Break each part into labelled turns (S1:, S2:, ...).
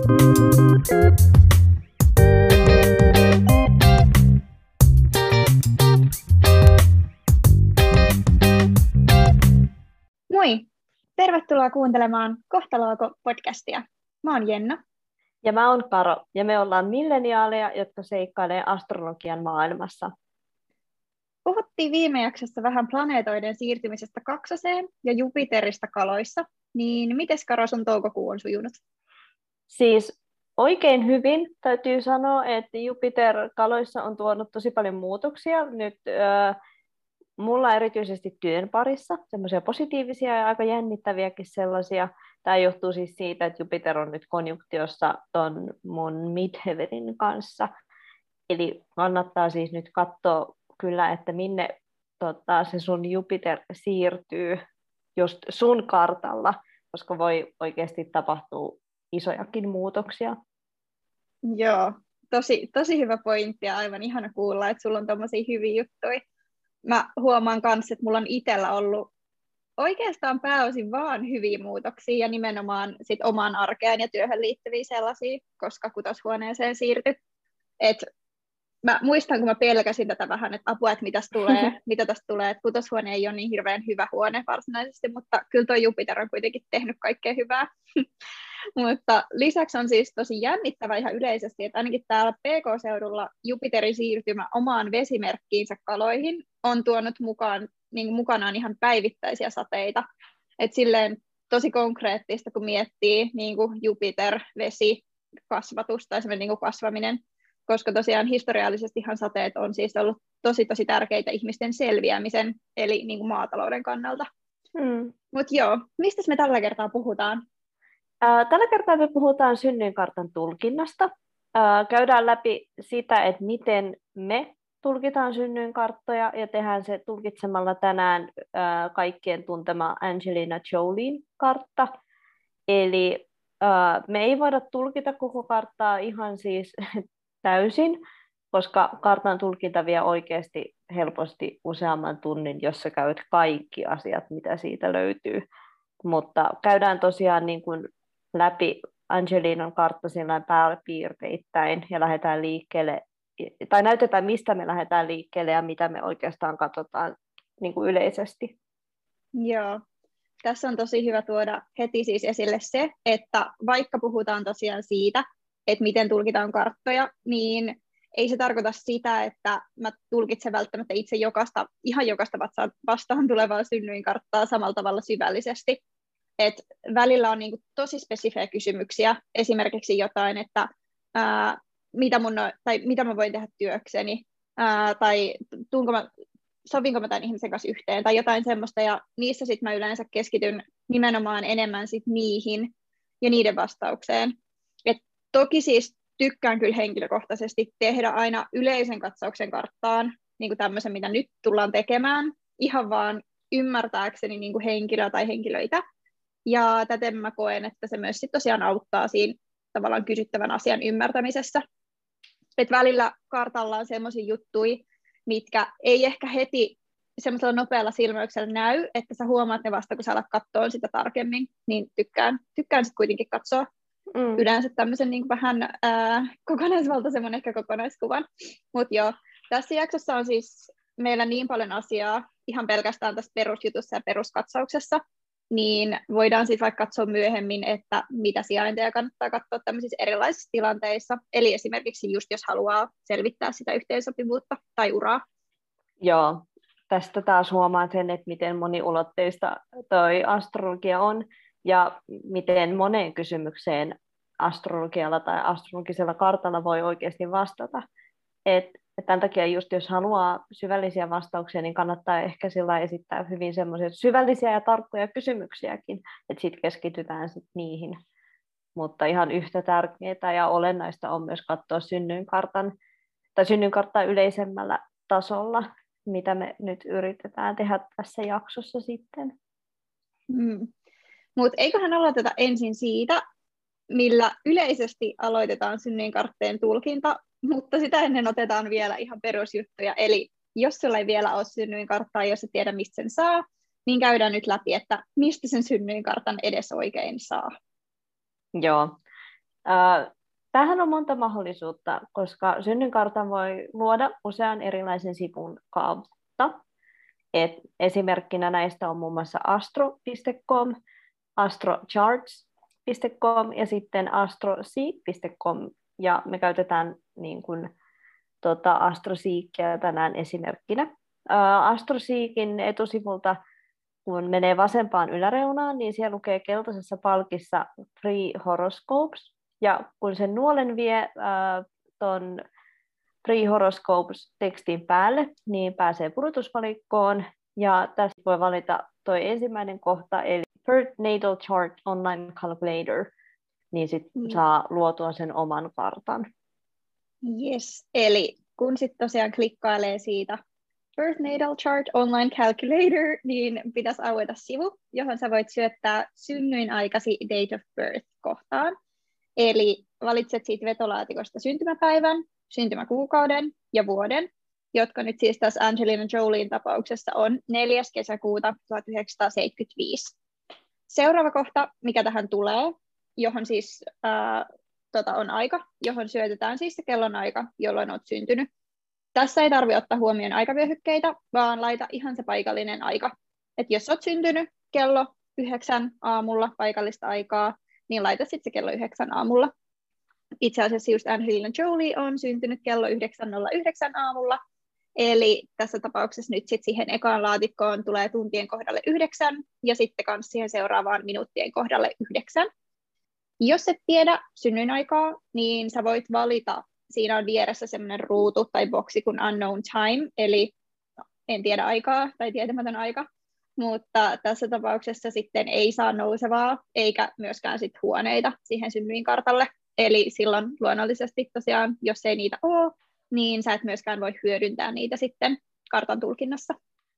S1: Moi! Tervetuloa kuuntelemaan Kohtalaako-podcastia. Mä oon Jenna.
S2: Ja mä oon Karo, ja me ollaan milleniaaleja, jotka seikkailee astrologian maailmassa.
S1: Puhuttiin viime jaksossa vähän planeetoiden siirtymisestä Kaksoseen ja Jupiterista Kaloissa, niin mites Karo sun toukokuu on sujunut?
S2: Siis oikein hyvin täytyy sanoa, että Jupiter Kaloissa on tuonut tosi paljon muutoksia. Nyt mulla erityisesti työn parissa, semmoisia positiivisia ja aika jännittäviäkin sellaisia. Tämä johtuu siis siitä, että Jupiter on nyt konjunktiossa ton mun midheavenin kanssa. Eli kannattaa siis nyt katsoa kyllä, että minne se sun Jupiter siirtyy just sun kartalla, koska voi oikeasti tapahtua isojakin muutoksia.
S1: Joo, tosi hyvä pointti ja aivan ihana kuulla, että sulla on tommosia hyviä juttuja. Mä huomaan kanssa, että mulla on itsellä ollut oikeastaan pääosin vaan hyviä muutoksia ja nimenomaan sit omaan arkeen ja työhön liittyviä sellaisia, koska kutoshuoneeseen siirtyi. Et mä muistan, kun mä pelkäsin tätä vähän, että apua, että mitä tästä tulee, että kutoshuone ei ole niin hirveän hyvä huone varsinaisesti, mutta kyllä tuo Jupiter on kuitenkin tehnyt kaikkea hyvää. Mutta lisäksi on siis tosi jännittävä ihan yleisesti, että ainakin täällä PK-seudulla Jupiterin siirtymä omaan vesimerkkiinsä Kaloihin on tuonut mukanaan ihan päivittäisiä sateita. Et silleen tosi konkreettista, kun miettii niin kuin Jupiter, vesi, kasvatus tai semmoinen niin kuin kasvaminen, koska tosiaan historiallisestihan sateet on siis ollut tosi tärkeitä ihmisten selviämisen, eli niin kuin maatalouden kannalta. Mutta joo, mistä me tällä kertaa puhutaan?
S2: Tällä kertaa me puhutaan synnyinkartan tulkinnasta. Käydään läpi sitä, että miten me tulkitaan synnyinkarttoja ja tehdään se tulkitsemalla tänään kaikkien tuntema Angelina Jolien kartta. Eli me ei voida tulkita koko karttaa ihan siis täysin, koska kartan tulkinta vie oikeasti helposti useamman tunnin, jos sä käyt kaikki asiat, mitä siitä löytyy. Mutta käydään tosiaan niin kuin läpi Angelinan kartta sillä pääpiirteittäin ja lähdetään liikkeelle, tai näytetään, mistä me lähdetään liikkeelle ja mitä me oikeastaan katsotaan niin kuin yleisesti.
S1: Joo, tässä on tosi hyvä tuoda heti siis esille se, että vaikka puhutaan tosiaan siitä, että miten tulkitaan karttoja, niin ei se tarkoita sitä, että mä tulkitsen välttämättä itse ihan jokaista vastaan tulevaa synnyinkarttaa samalla tavalla syvällisesti. Et välillä on niinku tosi spesifejä kysymyksiä, esimerkiksi jotain, että mitä mä voin tehdä työkseni, tai sovinko mä tämän ihmisen kanssa yhteen, tai jotain semmoista, ja niissä sitten mä yleensä keskityn nimenomaan enemmän sit niihin ja niiden vastaukseen. Et toki siis tykkään kyllä henkilökohtaisesti tehdä aina yleisen katsauksen karttaan, niin kuin tämmöisen, mitä nyt tullaan tekemään, ihan vaan ymmärtääkseni niin kuin henkilöä tai henkilöitä. Ja täten mä koen, että se myös sit tosiaan auttaa siinä tavallaan kysyttävän asian ymmärtämisessä. Et välillä kartalla on semmoisia juttuja, mitkä ei ehkä heti semmoisella nopealla silmäyksellä näy, että sä huomaat ne vasta, kun sä alat katsoa sitä tarkemmin, niin tykkään sitten kuitenkin katsoa yleensä tämmöisen niin vähän kokonaisvaltaisemman ehkä kokonaiskuvan. Mutta joo, tässä jaksossa on siis meillä niin paljon asiaa ihan pelkästään tässä perusjutussa ja peruskatsauksessa, niin voidaan sitten vaikka katsoa myöhemmin, että mitä sijainteja kannattaa katsoa tämmöisissä erilaisissa tilanteissa. Eli esimerkiksi just jos haluaa selvittää sitä yhteensopivuutta tai uraa.
S2: Joo, tästä taas huomaa sen, että miten moniulotteista toi astrologia on ja miten moneen kysymykseen astrologialla tai astrologisella kartalla voi oikeasti vastata. Tämän takia just jos haluaa syvällisiä vastauksia, niin kannattaa ehkä sillä esittää hyvin semmoisia syvällisiä ja tarkkoja kysymyksiäkin, että sitten keskitytään sit niihin. Mutta ihan yhtä tärkeää ja olennaista on myös katsoa synnyinkarttaa yleisemmällä tasolla, mitä me nyt yritetään tehdä tässä jaksossa sitten.
S1: Mutta eiköhän aloiteta ensin siitä, millä yleisesti aloitetaan synnyinkartteen tulkinta, mutta sitä ennen otetaan vielä ihan perusjuttuja. Eli jos sulla ei vielä ole synnyinkarttaa, jos et tiedä mistä sen saa, niin käydään nyt läpi, että mistä sen synnyinkartan edes oikein saa.
S2: Joo. Tähän on monta mahdollisuutta, koska synnynkartan voi luoda usean erilaisen sivun kautta. Esimerkkinä näistä on muun muassa astro.com, astrocharts.com ja sitten astroseek.com. Ja me käytetään niin kuin, Astroseekia tänään esimerkkinä. Astroseekin etusivulta, kun menee vasempaan yläreunaan, niin siellä lukee keltaisessa palkissa Free Horoscopes. Ja kun sen nuolen vie tuon Free Horoscopes-tekstin päälle, niin pääsee pudotusvalikkoon. Ja tästä voi valita toi ensimmäinen kohta, eli Birth Natal Chart Online Calculator, niin sitten saa luotua sen oman kartan.
S1: Yes, eli kun sitten tosiaan klikkailee siitä Birth Natal Chart Online Calculator, niin pitäisi aueta sivu, johon sä voit syöttää synnyinaikasi Date of Birth-kohtaan. Eli valitset siitä vetolaatikosta syntymäpäivän, syntymäkuukauden ja vuoden, jotka nyt siis tässä Angelina Jolien tapauksessa on 4. kesäkuuta 1975. Seuraava kohta, mikä tähän tulee, johon siis on aika, johon syötetään siis se kellonaika, jolloin olet syntynyt. Tässä ei tarvitse ottaa huomioon aikavyöhykkeitä, vaan laita ihan se paikallinen aika. Et jos olet syntynyt kello 9 aamulla paikallista aikaa, niin laita sitten se kello 9 aamulla. Itse asiassa just Angelina Jolie on syntynyt kello 9.09 aamulla, eli tässä tapauksessa nyt sitten siihen ekaan laatikkoon tulee tuntien kohdalle 9 ja sitten myös siihen seuraavaan minuuttien kohdalle 9. Jos et tiedä synnyinaikaa, niin sä voit valita, siinä on vieressä semmoinen ruutu tai boksi kuin unknown time, eli en tiedä aikaa tai tietämätön aika, mutta tässä tapauksessa sitten ei saa nousevaa eikä myöskään sit huoneita siihen synnyinkartalle. Eli silloin luonnollisesti tosiaan, jos ei niitä ole, niin sä et myöskään voi hyödyntää niitä sitten kartan tulkinnassa.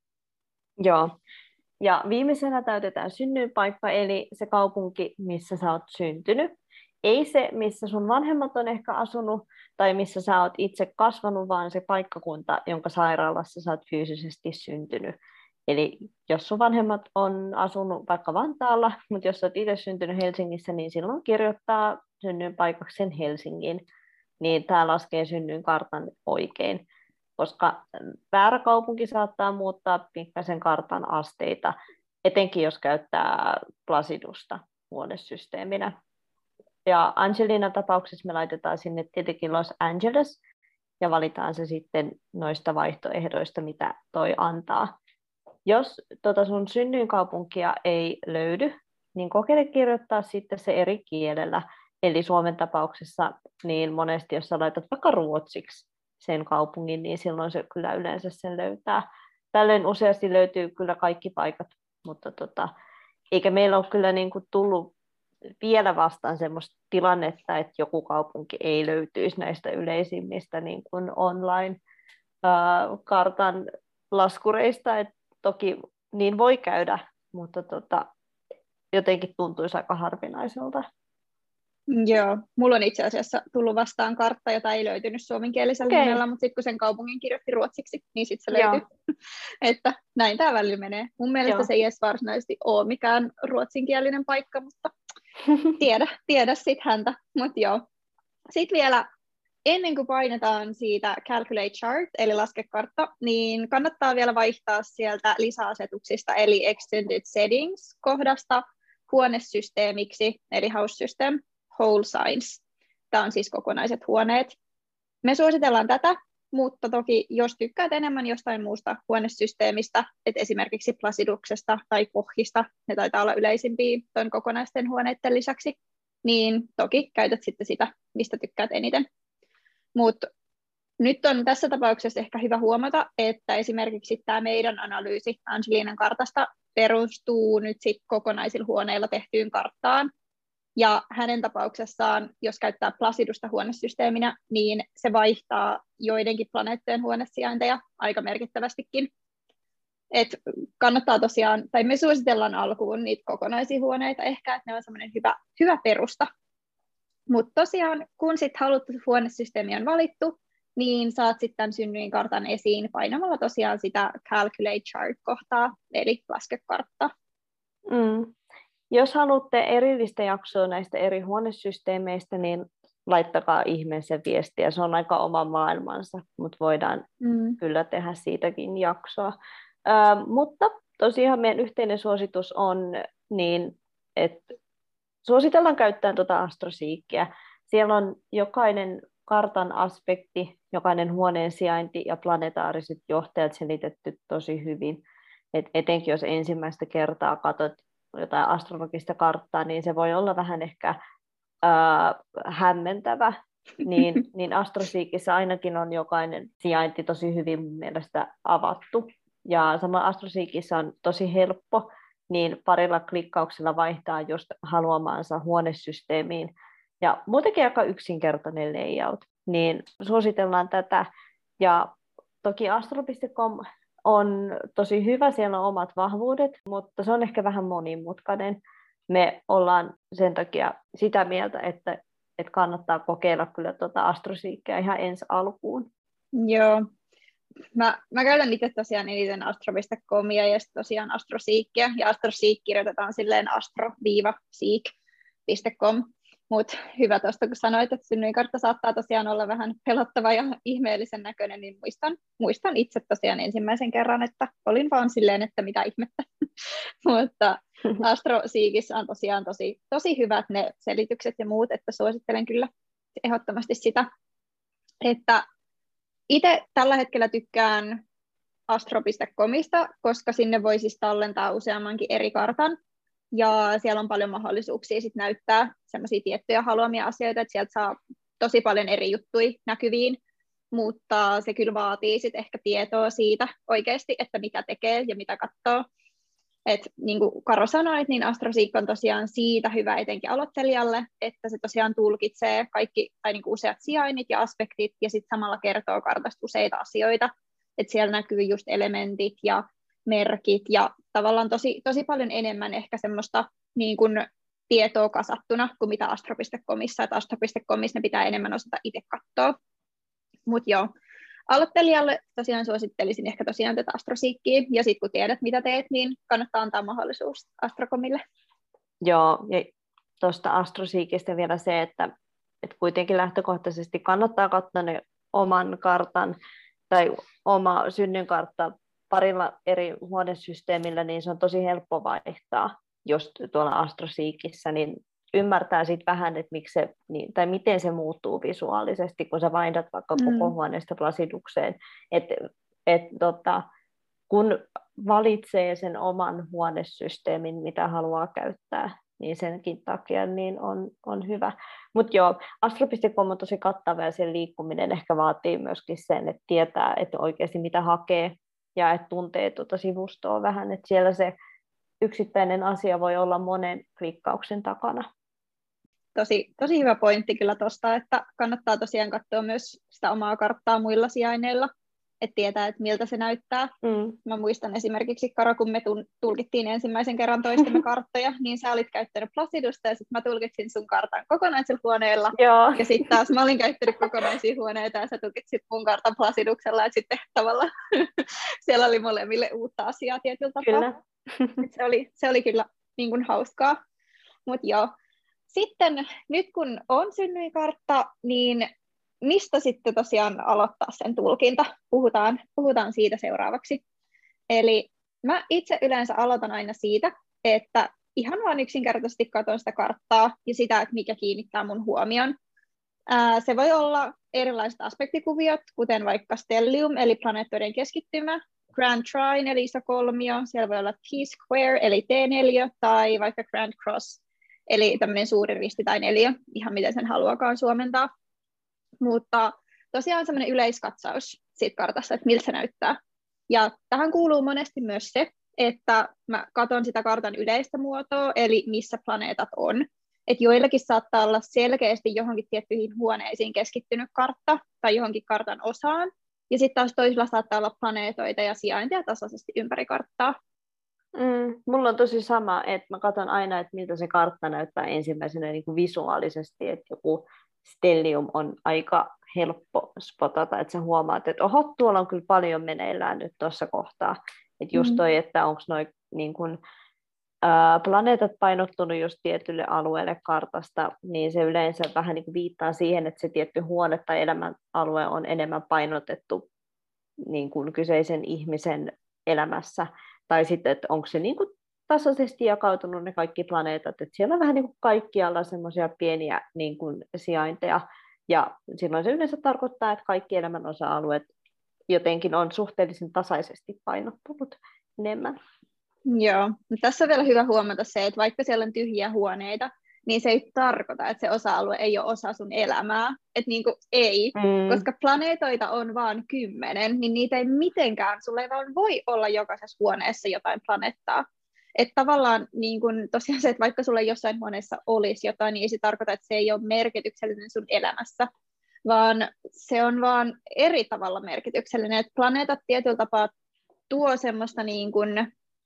S2: Joo. Ja viimeisenä täytetään synnyinpaikka, eli se kaupunki, missä sä oot syntynyt. Ei se, missä sun vanhemmat on ehkä asunut tai missä sä oot itse kasvanut, vaan se paikkakunta, jonka sairaalassa sä oot fyysisesti syntynyt. Eli jos sun vanhemmat on asunut vaikka Vantaalla, mutta jos olet itse syntynyt Helsingissä, niin silloin kirjoittaa synnyinpaikaksi sen Helsingin, niin tämä laskee synnyinkartan oikein, koska väärä kaupunki saattaa muuttaa pikkasen kartan asteita, etenkin jos käyttää Placidusta huonesysteeminä. Ja Angelina tapauksessa me laitetaan sinne tietenkin Los Angeles ja valitaan se sitten noista vaihtoehdoista, mitä toi antaa. Jos sun synnyinkaupunkia ei löydy, niin kokeile kirjoittaa sitten se eri kielellä. Eli Suomen tapauksessa niin monesti, jos sä laitat vaikka ruotsiksi sen kaupungin, niin silloin se kyllä yleensä sen löytää. Tällöin useasti löytyy kyllä kaikki paikat, mutta eikä meillä ole kyllä niin kuin tullut vielä vastaan semmoista tilannetta, että joku kaupunki ei löytyisi näistä yleisimmistä niin kuin online-kartan laskureista. Et toki niin voi käydä, mutta jotenkin tuntuisi aika harvinaiselta.
S1: Joo, mulla on itse asiassa tullut vastaan kartta, jota ei löytynyt suomenkielisellä nimellä, mutta sitten kun sen kaupungin kirjoitti ruotsiksi, niin sitten se löytyi. Että näin tämä välillä menee. Mun mielestä se ei edes varsinaisesti ole mikään ruotsinkielinen paikka, mutta tiedä sitten häntä. Mutta joo. Sitten vielä ennen kuin painetaan siitä Calculate Chart, eli laskekartta, niin kannattaa vielä vaihtaa sieltä lisäasetuksista, eli Extended Settings-kohdasta huonesysteemiksi, eli House System, Whole Signs. Tämä on siis kokonaiset huoneet. Me suositellaan tätä, mutta toki jos tykkäät enemmän jostain muusta huonesysteemistä, että esimerkiksi Placiduksesta tai Kochista, ne taitaa olla yleisimpiä tuon kokonaisten huoneiden lisäksi, niin toki käytät sitten sitä, mistä tykkäät eniten. Mutta nyt on tässä tapauksessa ehkä hyvä huomata, että esimerkiksi tämä meidän analyysi Angelinan kartasta perustuu nyt sit kokonaisilla huoneilla tehtyyn karttaan. Ja hänen tapauksessaan, jos käyttää Placidusta huonesysteeminä, niin se vaihtaa joidenkin planeettojen huonesijainteja aika merkittävästikin. Et kannattaa tosiaan, tai me suositellaan alkuun niitä kokonaisia huoneita ehkä, että ne on semmoinen hyvä perusta. Mutta tosiaan, kun sitten haluttu huonesysteemi on valittu, niin saat sitten tämän synnyinkartan esiin painamalla tosiaan sitä Calculate Chart-kohtaa, eli laskekarttaa.
S2: Jos haluatte erillistä jaksoa näistä eri huonesysteemeistä, niin laittakaa ihmeessä viestiä. Se on aika oma maailmansa, mutta voidaan kyllä tehdä siitäkin jaksoa. Mutta tosiaan meidän yhteinen suositus on, niin, että suositellaan käyttämään tuota AstroSeekia. Siellä on jokainen kartan aspekti, jokainen huoneen sijainti ja planetaariset johtajat selitetty tosi hyvin. Etenkin jos ensimmäistä kertaa katsot jotain astrologista karttaa, niin se voi olla vähän ehkä hämmentävä. Niin AstroSeekissä ainakin on jokainen sijainti tosi hyvin mun mielestä avattu. Ja sama AstroSeekissä on tosi helppo, niin parilla klikkauksella vaihtaa just haluamaansa huonesysteemiin. Ja muutenkin aika yksinkertainen layout, niin suositellaan tätä. Ja toki astro.com on tosi hyvä, siellä on omat vahvuudet, mutta se on ehkä vähän monimutkainen. Me ollaan sen takia sitä mieltä, että kannattaa kokeilla kyllä tuota AstroSeekia ihan ensi alkuun.
S1: Joo. Mä käytän itse tosiaan eniten astro.comia ja sitten tosiaan AstroSeekia. Ja AstroSeek kirjoitetaan silleen astro-seek.com. Mutta hyvä tuosta, kun sanoit, että synnyinkartta saattaa tosiaan olla vähän pelottava ja ihmeellisen näköinen, niin muistan itse tosiaan ensimmäisen kerran, että olin vaan silleen, että mitä ihmettä. Mutta AstroSeekissä on tosiaan tosi hyvät ne selitykset ja muut, että suosittelen kyllä ehdottomasti sitä. Että itse tällä hetkellä tykkään astro.comista, koska sinne voi siis tallentaa useammankin eri kartan. Ja siellä on paljon mahdollisuuksia sit näyttää sellaisia tiettyjä haluamia asioita, että sieltä saa tosi paljon eri juttuja näkyviin, mutta se kyllä vaatii sit ehkä tietoa siitä oikeasti, että mitä tekee ja mitä katsoo. Et niin kuin Karo sanoi, niin AstroSeek on tosiaan siitä hyvä etenkin aloittelijalle, että se tosiaan tulkitsee kaikki tai niin kuin useat sijainnit ja aspektit ja sitten samalla kertoo kartasta useita asioita. Et siellä näkyy just elementit ja merkit ja tavallaan tosi paljon enemmän ehkä semmoista niin kuin tietoa kasattuna kuin mitä astro.comissa, että astro.comissa ne pitää enemmän osata itse katsoa. Mutta joo, aloittelijalle tosiaan suosittelisin ehkä tosiaan tätä AstroSeekia, ja sitten kun tiedät mitä teet, niin kannattaa antaa mahdollisuus Astrocomille.
S2: Joo, ja tuosta AstroSeekistä vielä se, että kuitenkin lähtökohtaisesti kannattaa katsoa ne oman kartan tai oma synnynkartta parilla eri huonesysteemillä, niin se on tosi helppo vaihtaa, jos tuolla AstroSeekissä, niin ymmärtää sitten vähän, että tai miten se muuttuu visuaalisesti, kun sä vaihdat vaikka koko huoneesta plasidukseen. Kun valitsee sen oman huonesysteemin, mitä haluaa käyttää, niin senkin takia niin on hyvä. Mutta joo, astro.com on tosi kattava ja sen liikkuminen ehkä vaatii myöskin sen, että tietää, että oikeasti mitä hakee ja että tuntee tuota sivustoa vähän, että siellä se yksittäinen asia voi olla monen klikkauksen takana.
S1: Tosi hyvä pointti kyllä tuosta, että kannattaa tosiaan katsoa myös sitä omaa karttaa muilla sijainneilla, että tietää, että miltä se näyttää. Mä muistan esimerkiksi, Karo, kun me tulkittiin ensimmäisen kerran toistemme karttoja, niin sä olit käyttänyt Placidusta ja sitten mä tulkitsin sun kartan kokonaisella huoneella. Joo. Ja sitten taas mä olin käyttänyt kokonaisia huoneita ja sä tulkitsit mun kartan Placiduksella, että sitten tavallaan siellä oli molemmille uutta asiaa tietyllä tapaa.
S2: Kyllä.
S1: Se oli kyllä niin kuin hauskaa. Mut joo. Sitten nyt kun on synnyinkartta, niin mistä sitten tosiaan aloittaa sen tulkinta? Puhutaan siitä seuraavaksi. Eli mä itse yleensä aloitan aina siitä, että ihan vaan yksinkertaisesti katson sitä karttaa ja sitä, että mikä kiinnittää mun huomion. Se voi olla erilaiset aspektikuviot, kuten vaikka stellium, eli planeettoiden keskittymä, Grand Trine, eli iso kolmio, siellä voi olla T-square, eli T4, tai vaikka Grand Cross, eli tämmöinen suuri risti tai neliö, ihan miten sen haluakaan suomentaa. Mutta tosiaan semmoinen yleiskatsaus siitä kartasta, että miltä se näyttää. Ja tähän kuuluu monesti myös se, että mä katson sitä kartan yleistä muotoa, eli missä planeetat on. Että joillakin saattaa olla selkeästi johonkin tiettyihin huoneisiin keskittynyt kartta tai johonkin kartan osaan. Ja sitten taas toisilla saattaa olla planeetoita ja sijaintia tasaisesti ympäri karttaa.
S2: Mulla on tosi sama, että mä katson aina, että miltä se kartta näyttää ensimmäisenä niin kuin visuaalisesti, että joku stellium on aika helppo spotata, että sä huomaat, että oho, tuolla on kyllä paljon meneillään nyt tuossa kohtaa. Että just toi, että onko noi niin kuin planeetat painottunut just tietylle alueelle kartasta, niin se yleensä vähän niin kuin viittaa siihen, että se tietty huone tai elämänalue on enemmän painotettu niin kuin kyseisen ihmisen elämässä. Tai sitten, että onko se niin kuin tasaisesti jakautunut ne kaikki planeetat, että siellä on vähän niin kuin kaikkialla semmoisia pieniä niin kuin sijainteja, ja silloin se yleensä tarkoittaa, että kaikki elämän osa-alueet jotenkin on suhteellisen tasaisesti painottunut enemmän.
S1: Joo, tässä on vielä hyvä huomata se, että vaikka siellä on tyhjiä huoneita, niin se ei tarkoita, että se osa-alue ei ole osa sun elämää. Että niin kuin ei, koska planeetoita on vaan 10, niin niitä ei mitenkään, sulla ei vaan voi olla jokaisessa huoneessa jotain planeettaa. Että tavallaan niin kuin tosiaan se, että vaikka sulla jossain huoneessa olisi jotain, niin ei se tarkoita, että se ei ole merkityksellinen sun elämässä, vaan se on vaan eri tavalla merkityksellinen. Että planeetat tietyllä tapaa tuo semmoista niin kuin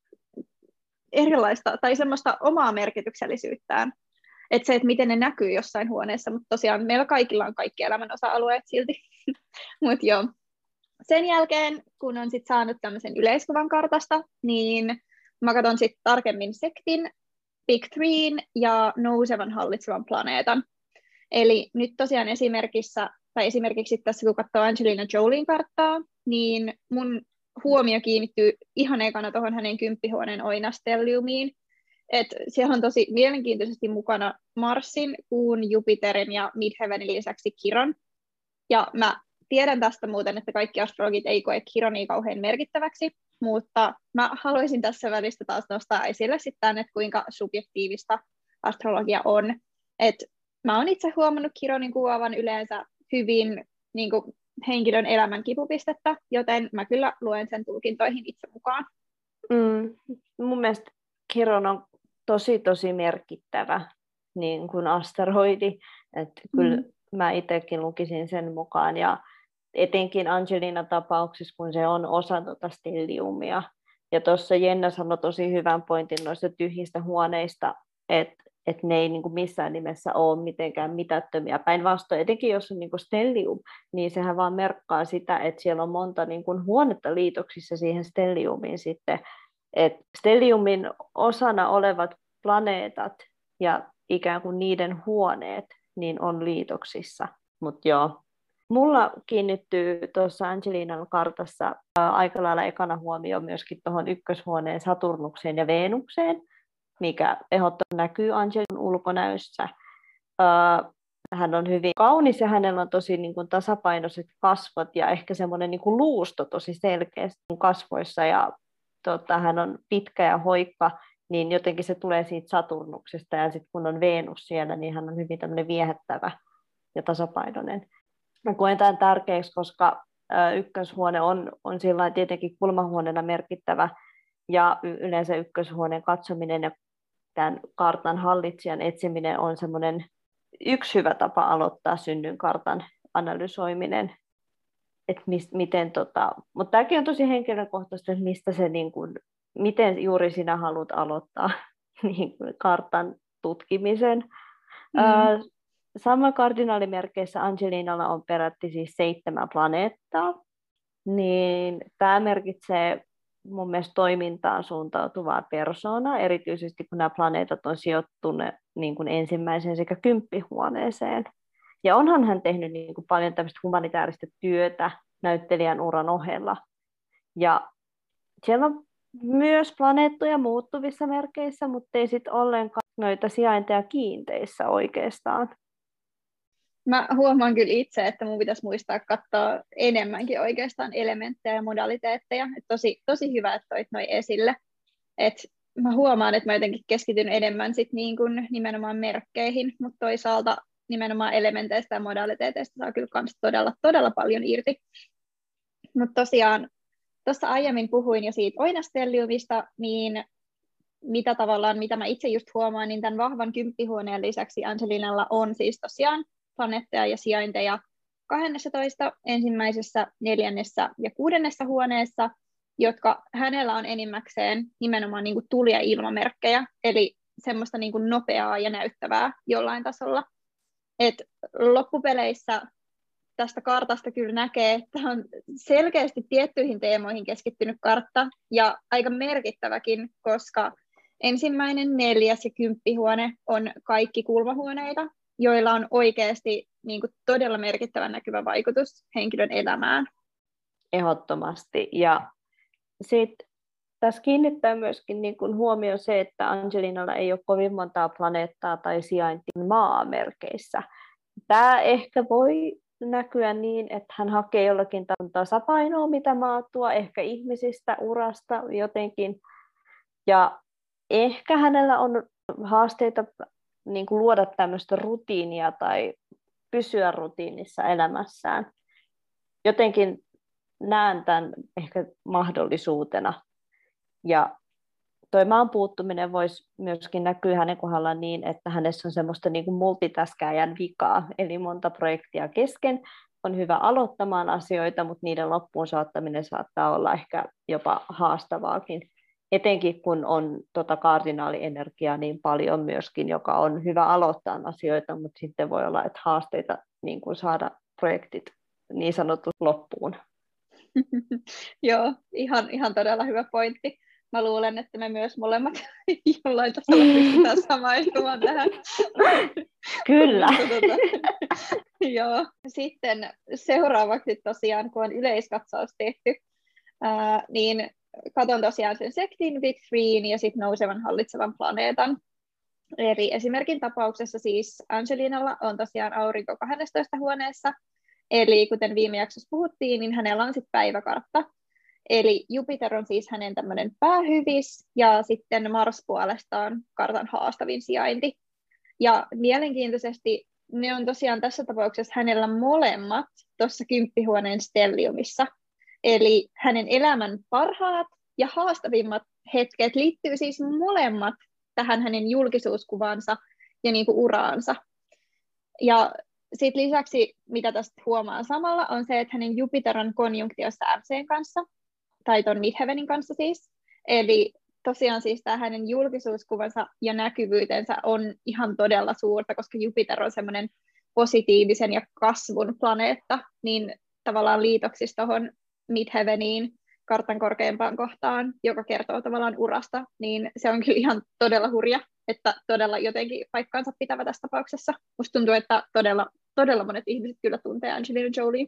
S1: erilaista tai semmoista omaa merkityksellisyyttään. Että se, että miten ne näkyy jossain huoneessa, mutta tosiaan meillä kaikilla on kaikki elämän osa-alueet silti. Mut joo. Sen jälkeen, kun on sit saanut tämmöisen yleiskuvan kartasta, niin mä katson sitten tarkemmin sektin, Big Threen ja nousevan hallitsevan planeetan. Eli nyt tosiaan esimerkiksi tässä kun katsoo Angelina Jolien karttaa, niin mun huomio kiinnittyy ihan ekana tuohon hänen 10-huoneen oinastelliumiin. Et siellä on tosi mielenkiintoisesti mukana Marsin, Kuun, Jupiterin ja Midheavenin lisäksi Kiron. Ja mä tiedän tästä muuten, että kaikki astrologit ei koe Kironia kauhean merkittäväksi, mutta mä haluaisin tässä välistä taas nostaa esille sitten, että kuinka subjektiivista astrologia on. Et mä oon itse huomannut Kironin kuvaavan yleensä hyvin niin kuin henkilön elämän kipupistettä, joten mä kyllä luen sen tulkintoihin itse mukaan.
S2: Mun mielestä Kiron on tosi merkittävä niin kuin asteroidi, että kyllä mä itsekin lukisin sen mukaan, ja etenkin Angelina-tapauksessa, kun se on osa tuota stelliumia. Ja tuossa Jenna sanoi tosi hyvän pointin noista tyhjistä huoneista, että ne ei niin kuin missään nimessä ole mitenkään mitättömiä. Päinvastoin, etenkin jos on niin kuin stellium, niin sehän vaan merkkaa sitä, että siellä on monta niin kuin huonetta liitoksissa siihen stelliumiin sitten. Et stelliumin osana olevat planeetat ja ikään kuin niiden huoneet niin on liitoksissa. Mutta joo, mulla kiinnittyy tuossa Angelinan kartassa aika lailla ekana huomioon myöskin tuohon ykköshuoneen Saturnukseen ja Veenukseen, mikä ehdottomasti näkyy Angelinan ulkonäössä. Hän on hyvin kaunis ja hänellä on tosi niin kuin tasapainoiset kasvot ja ehkä semmoinen niin kuin luusto tosi selkeästi kasvoissa, ja hän on pitkä ja hoikka, niin jotenkin se tulee siitä Saturnuksesta, ja sitten kun on Venus siellä, niin hän on hyvin tämmöinen viehättävä ja tasapainoinen. Mä koen tämän tärkeäksi, koska ykköshuone on sillä tietenkin kulmahuoneena merkittävä, ja yleensä ykköshuoneen katsominen ja tämän kartan hallitsijan etsiminen on semmoinen yksi hyvä tapa aloittaa synnynkartan analysoiminen. Mutta tämäkin on tosi henkilökohtaista, että mistä se niin kuin, miten juuri sinä haluat aloittaa niin kuin kartan tutkimisen. Sama kardinaalimerkeissä Angelinalla on peräti siis 7 planeettaa, niin tämä merkitsee mun mielestä toimintaan suuntautuvaa persoonaa, erityisesti kun nämä planeetat on sijoittuneet niin kuin ensimmäiseen sekä 10-huoneeseen. Ja onhan hän tehnyt niin kuin paljon tämmöistä humanitaarista työtä näyttelijän uran ohella. Ja siellä on myös planeettoja muuttuvissa merkeissä, mutta ei sitten ollenkaan noita sijainteja kiinteissä oikeastaan.
S1: Mä huomaan kyllä itse, että mun pitäisi muistaa katsoa enemmänkin oikeastaan elementtejä ja modaliteetteja. Et tosi hyvä, että toit noi esille. Et mä huomaan, että mä jotenkin keskityn enemmän sit niin kuin nimenomaan merkkeihin, mutta toisaalta nimenomaan elementeistä ja modaliteeteista saa kyllä kans todella paljon irti. Mutta tosiaan tuossa aiemmin puhuin jo siitä oinastelliumista, niin mitä mä itse just huomaan, niin tämän vahvan 10-huoneen lisäksi Angelinalla on siis tosiaan planeetteja ja sijainteja 12, ensimmäisessä, 4. ja 6. huoneessa, jotka hänellä on enimmäkseen nimenomaan niin kuin tuli- ja ilmamerkkejä, eli semmoista niin kuin nopeaa ja näyttävää jollain tasolla. Et loppupeleissä tästä kartasta kyllä näkee, että on selkeästi tiettyihin teemoihin keskittynyt kartta, ja aika merkittäväkin, koska ensimmäinen, 4. ja 10. huone on kaikki kulmahuoneita, joilla on oikeasti niin kuin todella merkittävän näkyvä vaikutus henkilön elämään.
S2: Ehdottomasti. Ja sitten tässä kiinnittää myöskin niin kuin huomioon se, että Angelinalla ei ole kovin montaa planeettaa tai sijaintia maamerkeissä. Tämä ehkä voi näkyä niin, että hän hakee jollakin tasapainoa, mitä maa tuo, ehkä ihmisistä, urasta jotenkin. Ja ehkä hänellä on haasteita niin kuin luoda tämmöistä rutiinia tai pysyä rutiinissa elämässään. Jotenkin näen tämän ehkä mahdollisuutena. Ja toi maan puuttuminen voisi myöskin näkyä hänen kohdallaan niin, että hänessä on semmoista niin kuin multitaskaajan vikaa, eli monta projektia kesken. On hyvä aloittamaan asioita, mutta niiden loppuun saattaminen saattaa olla ehkä jopa haastavaakin. Etenkin kun on kardinaalienergiaa niin paljon myöskin, joka on hyvä aloittaa asioita, mutta sitten voi olla, että haasteita niin kuin saada projektit niin sanottu loppuun.
S1: Joo, ihan todella hyvä pointti. Mä luulen, että me myös molemmat jollain tasolla pystytään samaistumaan tähän.
S2: Kyllä.
S1: Joo. Sitten seuraavaksi tosiaan, kun on yleiskatsaus tehty, niin katson tosiaan sen sektin, Big Threein ja sitten nousevan hallitsevan planeetan. Eli esimerkin tapauksessa siis Angelinalla on tosiaan aurinko 12 huoneessa, eli kuten viime jaksossa puhuttiin, niin hänellä on sitten päiväkartta. Eli Jupiter on siis hänen tämmöinen päähyvis, ja sitten Mars puolestaan kartan haastavin sijainti. Ja mielenkiintoisesti ne on tosiaan tässä tapauksessa hänellä molemmat tuossa 10. huoneen stelliumissa. Eli hänen elämän parhaat ja haastavimmat hetket liittyy siis molemmat tähän hänen julkisuuskuvansa ja niin kuin uraansa. Ja sitten lisäksi, mitä tästä huomaa samalla, on se, että hänen Jupiter on konjunktiossa MC:n kanssa, tai tuon Midheavenin kanssa siis. Eli tosiaan siis tämä hänen julkisuuskuvansa ja näkyvyytensä on ihan todella suurta, koska Jupiter on semmoinen positiivisen ja kasvun planeetta, niin tavallaan liitoksissa tuohon Midheaveniin, kartan korkeimpaan kohtaan, joka kertoo tavallaan urasta, niin se on kyllä ihan todella hurja, että todella jotenkin paikkaansa pitävä tässä tapauksessa. Musta tuntuu, että todella monet ihmiset kyllä tuntee Angelina Jolie.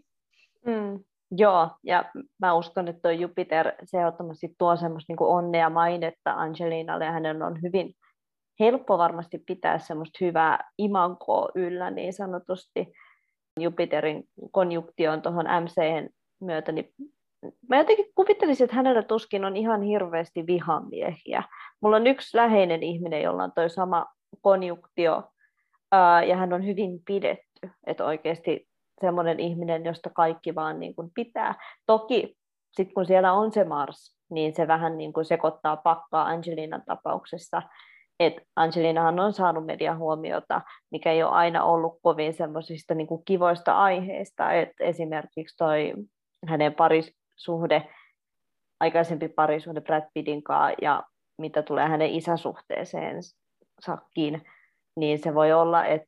S2: Joo, ja mä uskon, että tuo Jupiter, se ehdottomasti tuo semmoista niin kuin onnea mainetta Angelinalle, ja hänen on hyvin helppo varmasti pitää semmoista hyvää imagoa yllä niin sanotusti. Jupiterin konjunktion tuohon MC:n myötä, niin mä jotenkin kuvittelisin, että hänellä tuskin on ihan hirveästi vihamiehiä. Mulla on yksi läheinen ihminen, jolla on toi sama konjunktio, ja hän on hyvin pidetty, että oikeasti semmoinen ihminen, josta kaikki vaan niin kuin pitää. Toki sitten kun siellä on se Mars, niin se vähän niin kuin sekoittaa pakkaa Angelinan tapauksessa. Että Angelinahan on saanut mediahuomiota, mikä ei ole aina ollut kovin semmoisista niin kuin kivoista aiheista. Et esimerkiksi toi hänen aikaisempi parisuhde Brad Pittin kanssa ja mitä tulee hänen isäsuhteeseensakin, niin se voi olla, että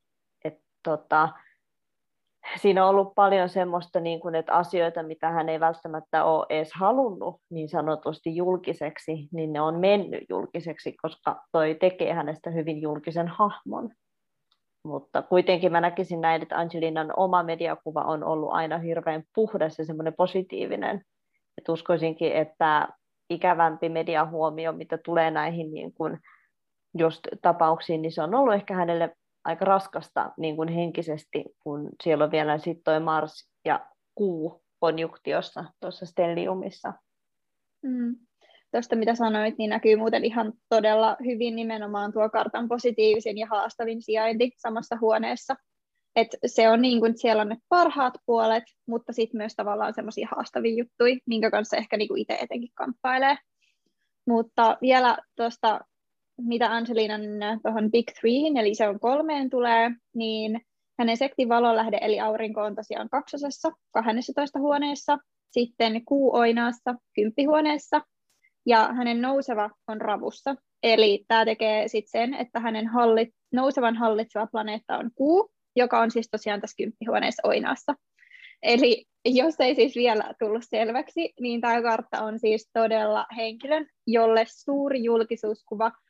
S2: siinä on ollut paljon semmoista, niin kuin, että asioita, mitä hän ei välttämättä ole edes halunnut niin sanotusti julkiseksi, niin ne on mennyt julkiseksi, koska toi tekee hänestä hyvin julkisen hahmon. Mutta kuitenkin mä näkisin näin, että Angelinan oma mediakuva on ollut aina hirveän puhdas ja semmoinen positiivinen. Et uskoisinkin, että ikävämpi mediahuomio, mitä tulee näihin niin kuin just tapauksiin, niin se on ollut ehkä hänelle aika raskasta niin kuin henkisesti, kun siellä on vielä sitten toi Mars ja Kuu konjunktiossa tuossa stelliumissa.
S1: Tuosta mitä sanoit, niin näkyy muuten ihan todella hyvin nimenomaan tuo kartan positiivisin ja haastavin sijainti samassa huoneessa. Et se on niin kuin, siellä on ne parhaat puolet, mutta sitten myös tavallaan semmoisia haastavia juttuja, minkä kanssa ehkä niin kuin itse etenkin kamppailee. Mutta vielä tuosta, mitä Angelinan tuohon Big Threehin, eli se on 3 tulee, niin hänen sektin valonlähde, eli aurinko on tosiaan 2. 12 huoneessa, sitten Kuu Oinaassa 10 huoneessa, ja hänen nouseva on Ravussa. Eli tämä tekee sitten sen, että hänen nousevan hallitseva planeetta on Kuu, joka on siis tosiaan tässä 10 huoneessa Oinaassa. Eli jos ei siis vielä tullut selväksi, niin tämä kartta on siis todella henkilön, jolle suuri julkisuuskuva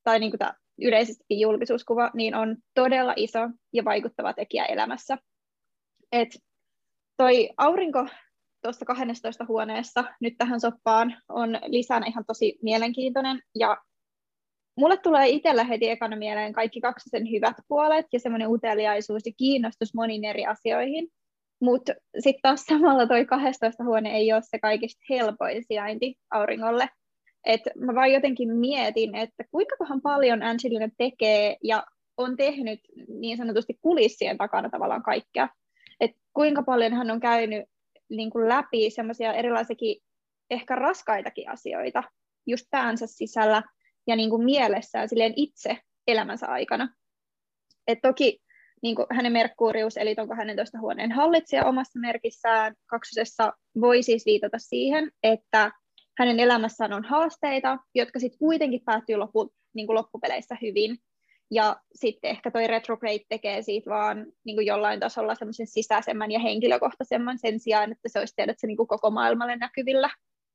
S1: tai niin kuin tämä yleisestikin julkisuuskuva, niin on todella iso ja vaikuttava tekijä elämässä. Et toi aurinko tuossa 12 huoneessa nyt tähän soppaan on lisänä ihan tosi mielenkiintoinen, ja mulle tulee itsellä heti ekana mieleen kaikki kaksosen hyvät puolet ja semmoinen uteliaisuus ja kiinnostus moniin eri asioihin, mutta sitten taas samalla toi 12 huone ei ole se kaikista helpoin sijainti auringolle. Et mä vaan jotenkin mietin, että kuinka paljon Angelina tekee ja on tehnyt niin sanotusti kulissien takana tavallaan kaikkea. Et kuinka paljon hän on käynyt niin kuin läpi semmoisia erilaisiakin ehkä raskaitakin asioita just päänsä sisällä ja niin kuin mielessään silleen itse elämänsä aikana. Et toki niin kuin hänen Merkurius, eli onko 12 huoneen hallitsija omassa merkissään kaksosessa, voi siis viitata siihen, että hänen elämässään on haasteita, jotka sitten kuitenkin päättyy niin kuin loppupeleissä hyvin. Ja sitten ehkä toi retrograde tekee siitä vaan niin kuin jollain tasolla semmoisen sisäisemmän ja henkilökohtaisemman sen sijaan, että se olisi tiedät se niin kuin koko maailmalle näkyvillä.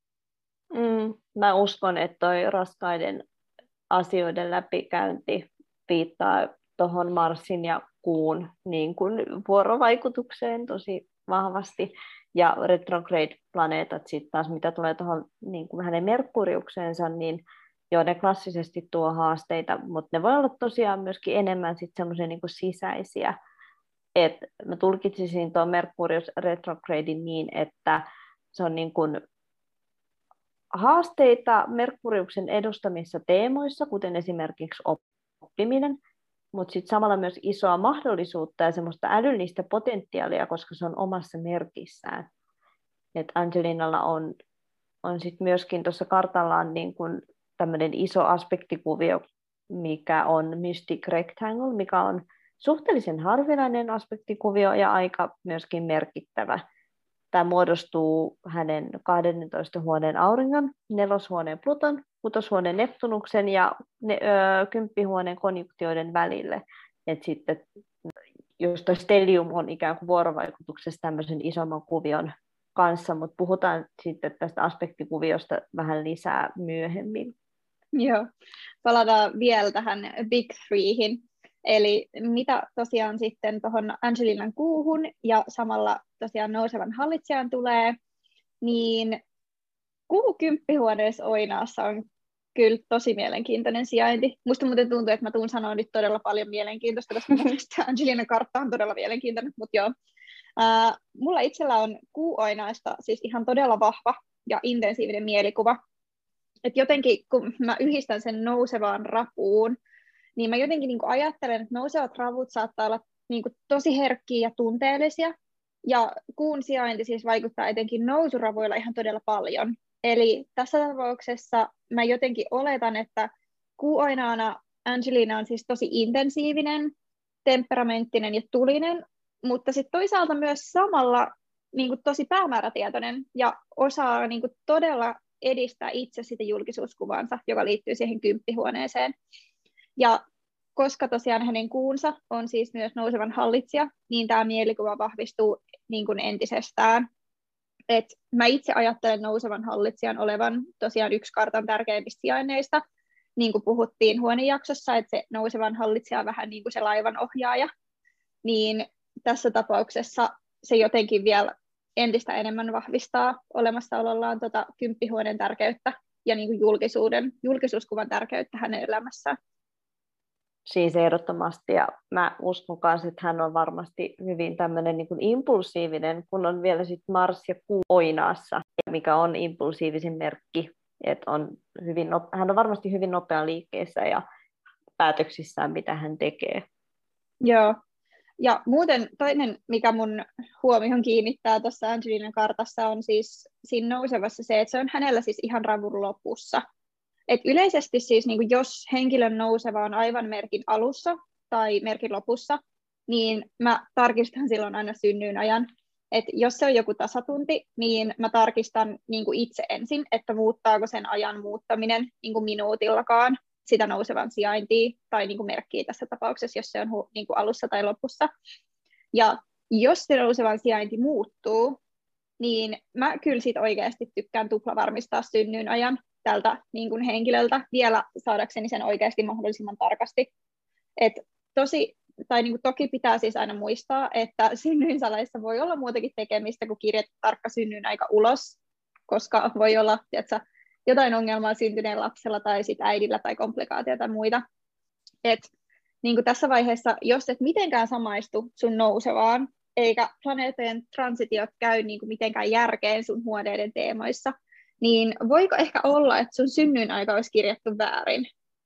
S2: Mä uskon, että toi raskaiden asioiden läpikäynti viittaa tuohon Marsin ja Kuun niin kuin vuorovaikutukseen tosi vahvasti. Ja retrograde-planeetat sitten taas, mitä tulee tuohon niin kuin hänen Merkuriukseensa, niin joo, ne klassisesti tuo haasteita, mutta ne voi olla tosiaan myöskin enemmän sitten semmoisia niin kuin sisäisiä. Et mä tulkitsisin tuon Merkurius retrogradin niin, että se on niin kuin haasteita Merkuriuksen edustamissa teemoissa, kuten esimerkiksi oppiminen, mutta sitten samalla myös isoa mahdollisuutta ja semmoista älyllistä potentiaalia, koska se on omassa merkissään. Et Angelinalla on sitten myöskin tuossa kartallaan niin kun tämmöinen iso aspektikuvio, mikä on Mystic Rectangle, mikä on suhteellisen harvinainen aspektikuvio ja aika myöskin merkittävä. Tämä muodostuu hänen 12 huoneen auringon, 4. huoneen Pluton, 6. huoneen Neptunuksen ja 10. huoneen konjunktioiden välille. Et sitten, jos tuo stellium on ikään kuin vuorovaikutuksessa tämmöisen isomman kuvion kanssa, mutta puhutaan sitten tästä aspektikuviosta vähän lisää myöhemmin.
S1: Joo, palataan vielä tähän Big Threehin. Eli mitä tosiaan sitten tuohon Angelinan kuuhun ja samalla tosiaan nousevan hallitsijan tulee, niin kuu 10-huoneessa Oinaassa on kyllä tosi mielenkiintoinen sijainti. Musta muuten tuntuu, että mä tuun sanoa nyt todella paljon mielenkiintoista, koska mun mielestä Angelinan kartta on todella mielenkiintoinen, mutta joo. Mulla itsellä on kuu Oinaasta siis ihan todella vahva ja intensiivinen mielikuva. Et jotenkin, kun mä yhdistän sen nousevaan rapuun, niin mä jotenkin niin kuin ajattelen, että nousevat ravut saattaa olla niin kuin tosi herkkiä ja tunteellisia, ja kuun sijainti siis vaikuttaa etenkin nousuravuilla ihan todella paljon. Eli tässä tapauksessa mä jotenkin oletan, että kuuoinaana Angelina on siis tosi intensiivinen, temperamenttinen ja tulinen, mutta sitten toisaalta myös samalla niin kuin tosi päämäärätietoinen ja osaa niin kuin todella edistää itse sitä julkisuuskuvaansa, joka liittyy siihen 10-huoneeseen. Ja koska tosiaan hänen kuunsa on siis myös nousevan hallitsija, niin tämä mielikuva vahvistuu niin kuin entisestään. Et mä itse ajattelen nousevan hallitsijan olevan tosiaan yksi kartan tärkeimmistä sijainneista, niin kuin puhuttiin huonejaksossa, että se nousevan hallitsija on vähän niin kuin se laivan ohjaaja, niin tässä tapauksessa se jotenkin vielä entistä enemmän vahvistaa olemassaolollaan 10-huoneen tärkeyttä ja niin kuin julkisuuskuvan tärkeyttä hänen elämässään.
S2: Siis ehdottomasti, ja mä uskon myös, että hän on varmasti hyvin tämmöinen niin kuin impulsiivinen, kun on vielä sitten Mars ja Kuu Oinaassa, mikä on impulsiivisin merkki, että hän on varmasti hyvin nopea liikkeessä ja päätöksissään, mitä hän tekee.
S1: Joo, ja muuten toinen, mikä mun huomioon kiinnittää tuossa Angelinan kartassa, on siis siinä nousevassa se, että se on hänellä siis ihan ravun lopussa. Et yleisesti siis, niin jos henkilön nouseva on aivan merkin alussa tai merkin lopussa, niin mä tarkistan silloin aina synnyin-ajan. Et jos se on joku tasatunti, niin mä tarkistan niin kuin itse ensin, että muuttaako sen ajan muuttaminen niin kuin minuutillakaan sitä nousevan sijaintia tai niin kuin merkkiä tässä tapauksessa, jos se on niin kuin alussa tai lopussa. Ja jos se nousevan sijainti muuttuu, niin mä kyllä sit oikeasti tykkään tuplavarmistaa synnyin-ajan. tältä niin kuin henkilöltä vielä saadakseni sen oikeasti mahdollisimman tarkasti. Et tai niin kuin toki pitää siis aina muistaa, että synnyinsalaissa voi olla muutakin tekemistä kuin kirjata tarkka synnyinaika ulos, koska voi olla jotain ongelmaa syntyneen lapsella tai sit äidillä tai komplikaatioita tai muita. Et, niin kuin tässä vaiheessa, jos et mitenkään samaistu sun nousevaan, eikä planeetojen transitiot käy niin kuin mitenkään järkeen sun huoneiden teemoissa, niin voiko ehkä olla, että sun synnyin-aika olisi kirjattu väärin?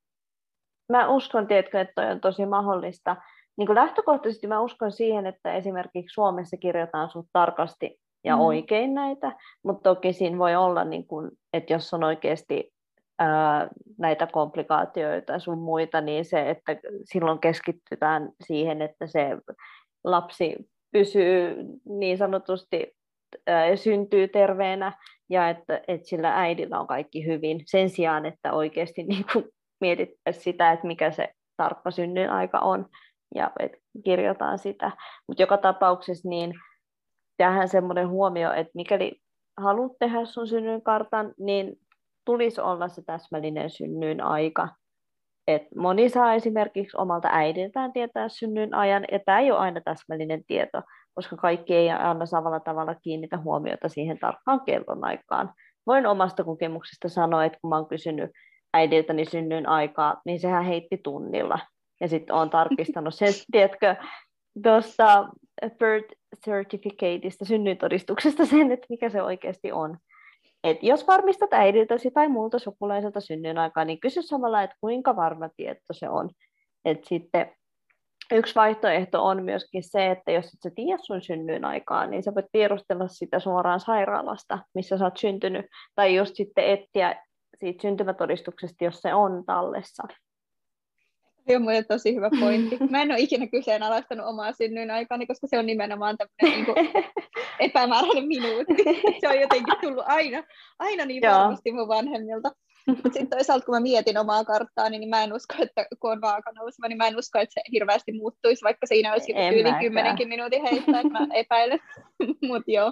S2: Mä uskon, tiedätkö, että toi on tosi mahdollista. Niin kuin lähtökohtaisesti mä uskon siihen, että esimerkiksi Suomessa kirjataan sut tarkasti ja oikein näitä, mutta toki siinä voi olla, niin kuin, että jos on oikeasti näitä komplikaatioita ja sun muita, niin se, että silloin keskitytään siihen, että se lapsi pysyy niin sanotusti syntyy terveenä ja että sillä äidillä on kaikki hyvin sen sijaan, että oikeasti niin kuin mietittäisiin sitä, että mikä se tarkka synnyin aika on ja kirjoitetaan sitä. Mutta joka tapauksessa niin tähän semmoinen huomio, että mikäli haluat tehdä sun synnyinkartan, niin tulisi olla se täsmällinen synnyin aika. Et moni saa esimerkiksi omalta äidiltään tietää synnyin ajan, ja tämä ei ole aina täsmällinen tieto, koska kaikki ei aina samalla tavalla kiinnitä huomiota siihen tarkkaan kellonaikaan. Voin omasta kokemuksesta sanoa, että kun mä oon kysynyt äidiltäni synnyin aikaa, niin sehän heitti tunnilla. Ja sitten olen tarkistanut sen, tiedätkö, tuosta birth certificateista, synnyintodistuksesta sen, että mikä se oikeasti on. Et jos varmistat äidiltäsi tai muulta sukulaiselta synnyin aikaa, niin kysy samalla, että kuinka varma tieto se on. Et sitten yksi vaihtoehto on myöskin se, että jos et sä tiedä sun synnyin aikaa, niin sä voit tiedustella sitä suoraan sairaalasta, missä sä oot syntynyt, tai just sitten etsiä siitä syntymätodistuksesta, jos se on tallessa.
S1: Se on muuten tosi hyvä pointti. Mä en ole ikinä kyseenalaistanut omaa synnyin aikaani, koska se on nimenomaan tämmöinen niin kuin epämääräinen minuutti. Se on jotenkin tullut aina niin varmasti mun vanhemmilta. Mutta sitten toisaalta, kun mä mietin omaa karttaa, niin mä en usko, että kun on vaaka nouseva, niin mä en usko, että se hirveästi muuttuisi, vaikka siinä olisi yli 10 minuutin heittää, että mä epäilen. Mutta joo.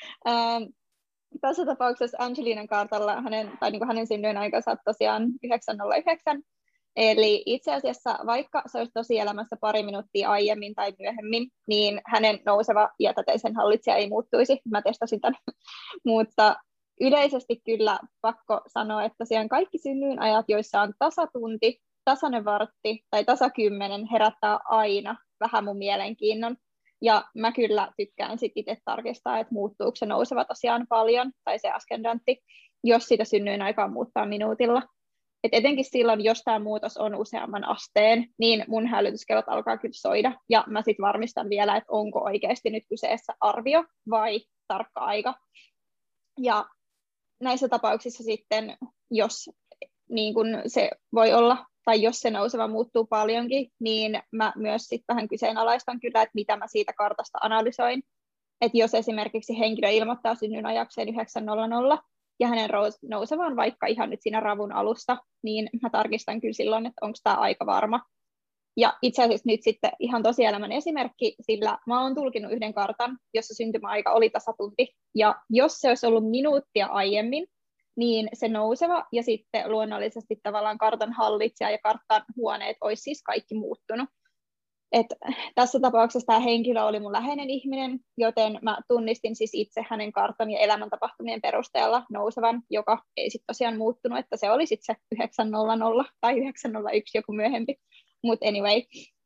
S1: Tässä tapauksessa Angelinan kartalla hänen synnyin aikansa on tosiaan 909. Eli itse asiassa, vaikka se olisi tosielämässä pari minuuttia aiemmin tai myöhemmin, niin hänen nouseva ja täteisen hallitsija ei muuttuisi. Mä testasin tämän. Mutta yleisesti kyllä pakko sanoa, että tosiaan kaikki synnyinajat, joissa on tasatunti, tasainen vartti tai tasakymmenen, herättää aina vähän mun mielenkiinnon. Ja mä kyllä tykkään sitten itse tarkistaa, että muuttuuko se nouseva tosiaan paljon, tai se ascendantti, jos sitä synnyinaikaa muuttaa minuutilla. Et etenkin silloin, jos tämä muutos on useamman asteen, niin mun hälytyskellot alkaa kyllä soida, ja mä sitten varmistan vielä, että onko oikeasti nyt kyseessä arvio vai tarkka aika. Ja näissä tapauksissa sitten, jos niin kun se voi olla, tai jos se nouseva muuttuu paljonkin, niin mä myös sitten vähän kyseenalaistan kyllä, että mitä mä siitä kartasta analysoin. Että jos esimerkiksi henkilö ilmoittaa synnyn ajakseen 9.00, ja hänen nouseva on vaikka ihan nyt siinä ravun alussa, niin mä tarkistan kyllä silloin, että onko tämä aika varma. Ja itse asiassa nyt sitten ihan tosielämän esimerkki, sillä mä oon tulkinut yhden kartan, jossa syntymäaika oli tasatunti. Ja jos se olisi ollut minuuttia aiemmin, niin se nouseva ja sitten luonnollisesti tavallaan kartan hallitsija ja kartan huoneet olisi siis kaikki muuttunut. Et tässä tapauksessa tämä henkilö oli mun läheinen ihminen, joten mä tunnistin siis itse hänen kartan ja elämäntapahtumien perusteella nousevan, joka ei sitten tosiaan muuttunut, että se oli sitten se 9.00 tai 9.01 joku myöhempi. Mutta anyway,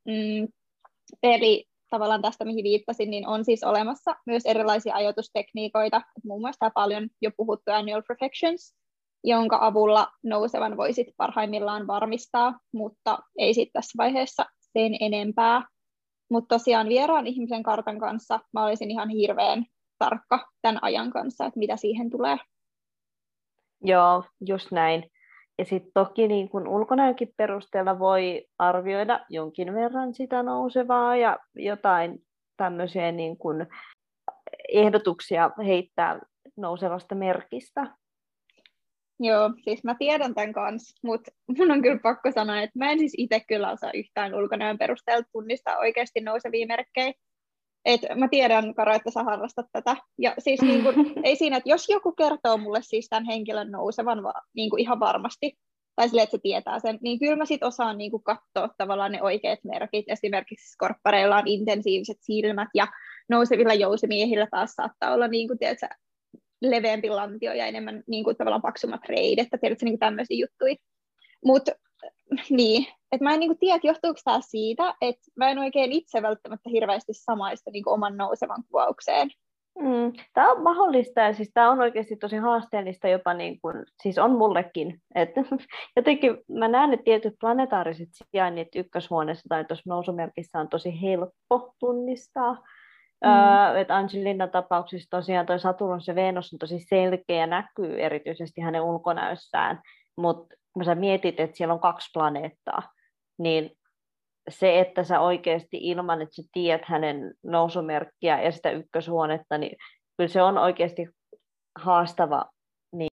S1: eli tavallaan tästä, mihin viittasin, niin on siis olemassa myös erilaisia ajoitustekniikoita, muun muassa paljon jo puhuttu Annual Perfections, jonka avulla nousevan voi sit parhaimmillaan varmistaa, mutta ei sitten tässä vaiheessa sen enempää. Mutta tosiaan vieraan ihmisen kartan kanssa mä olisin ihan hirveän tarkka tämän ajan kanssa, että mitä siihen tulee.
S2: Joo, just näin. Ja sitten toki niin kun ulkonäönkin perusteella voi arvioida jonkin verran sitä nousevaa ja jotain tämmöisiä niin kun ehdotuksia heittää nousevasta merkistä.
S1: Joo, siis mä tiedän tämän kanssa, mutta mun on kyllä pakko sanoa, että mä en siis itse kyllä osaa yhtään ulkonäön perusteella tunnistaa oikeasti nousevia merkkejä. Et mä tiedän, Karo, että sä harrastat tätä. Ja siis niin kun, ei siinä, että jos joku kertoo mulle siis tämän henkilön nousevan niin kuin ihan varmasti, tai silleen, että se tietää sen, niin kyllä mä sit osaan niin kuin katsoa tavallaan ne oikeat merkit. Esimerkiksi skorppareilla on intensiiviset silmät, ja nousevilla jousimiehillä taas saattaa olla niin kuin, tiedätkö, leveämpi lantio ja enemmän niin kuin, tavallaan paksummat reidet, tiedätkö, niin kuin tämmöisiä juttuja. Mutta niin, että mä en niinku tiedä, johtuuko tämä siitä, että mä en oikein itse välttämättä hirveästi samaista niinku oman nousevan kuvaukseen.
S2: Tämä on mahdollista ja siis tämä on oikeasti tosi haasteellista jopa, niin kuin, siis on mullekin. Että jotenkin mä näen, että tietyt planetaariset sijainnit ykköshuoneessa tai tuossa nousumerkissä on tosi helppo tunnistaa. Että Angelina tapauksessa tosiaan toi Saturnus ja Venus on tosi selkeä ja näkyy erityisesti hänen ulkonäössään, mutta kun sä mietit, että siellä on 2 planeettaa, niin se, että sä oikeasti ilman, että sä tiedät hänen nousumerkkiä ja sitä ykköshuonetta, niin kyllä se on oikeasti haastava niin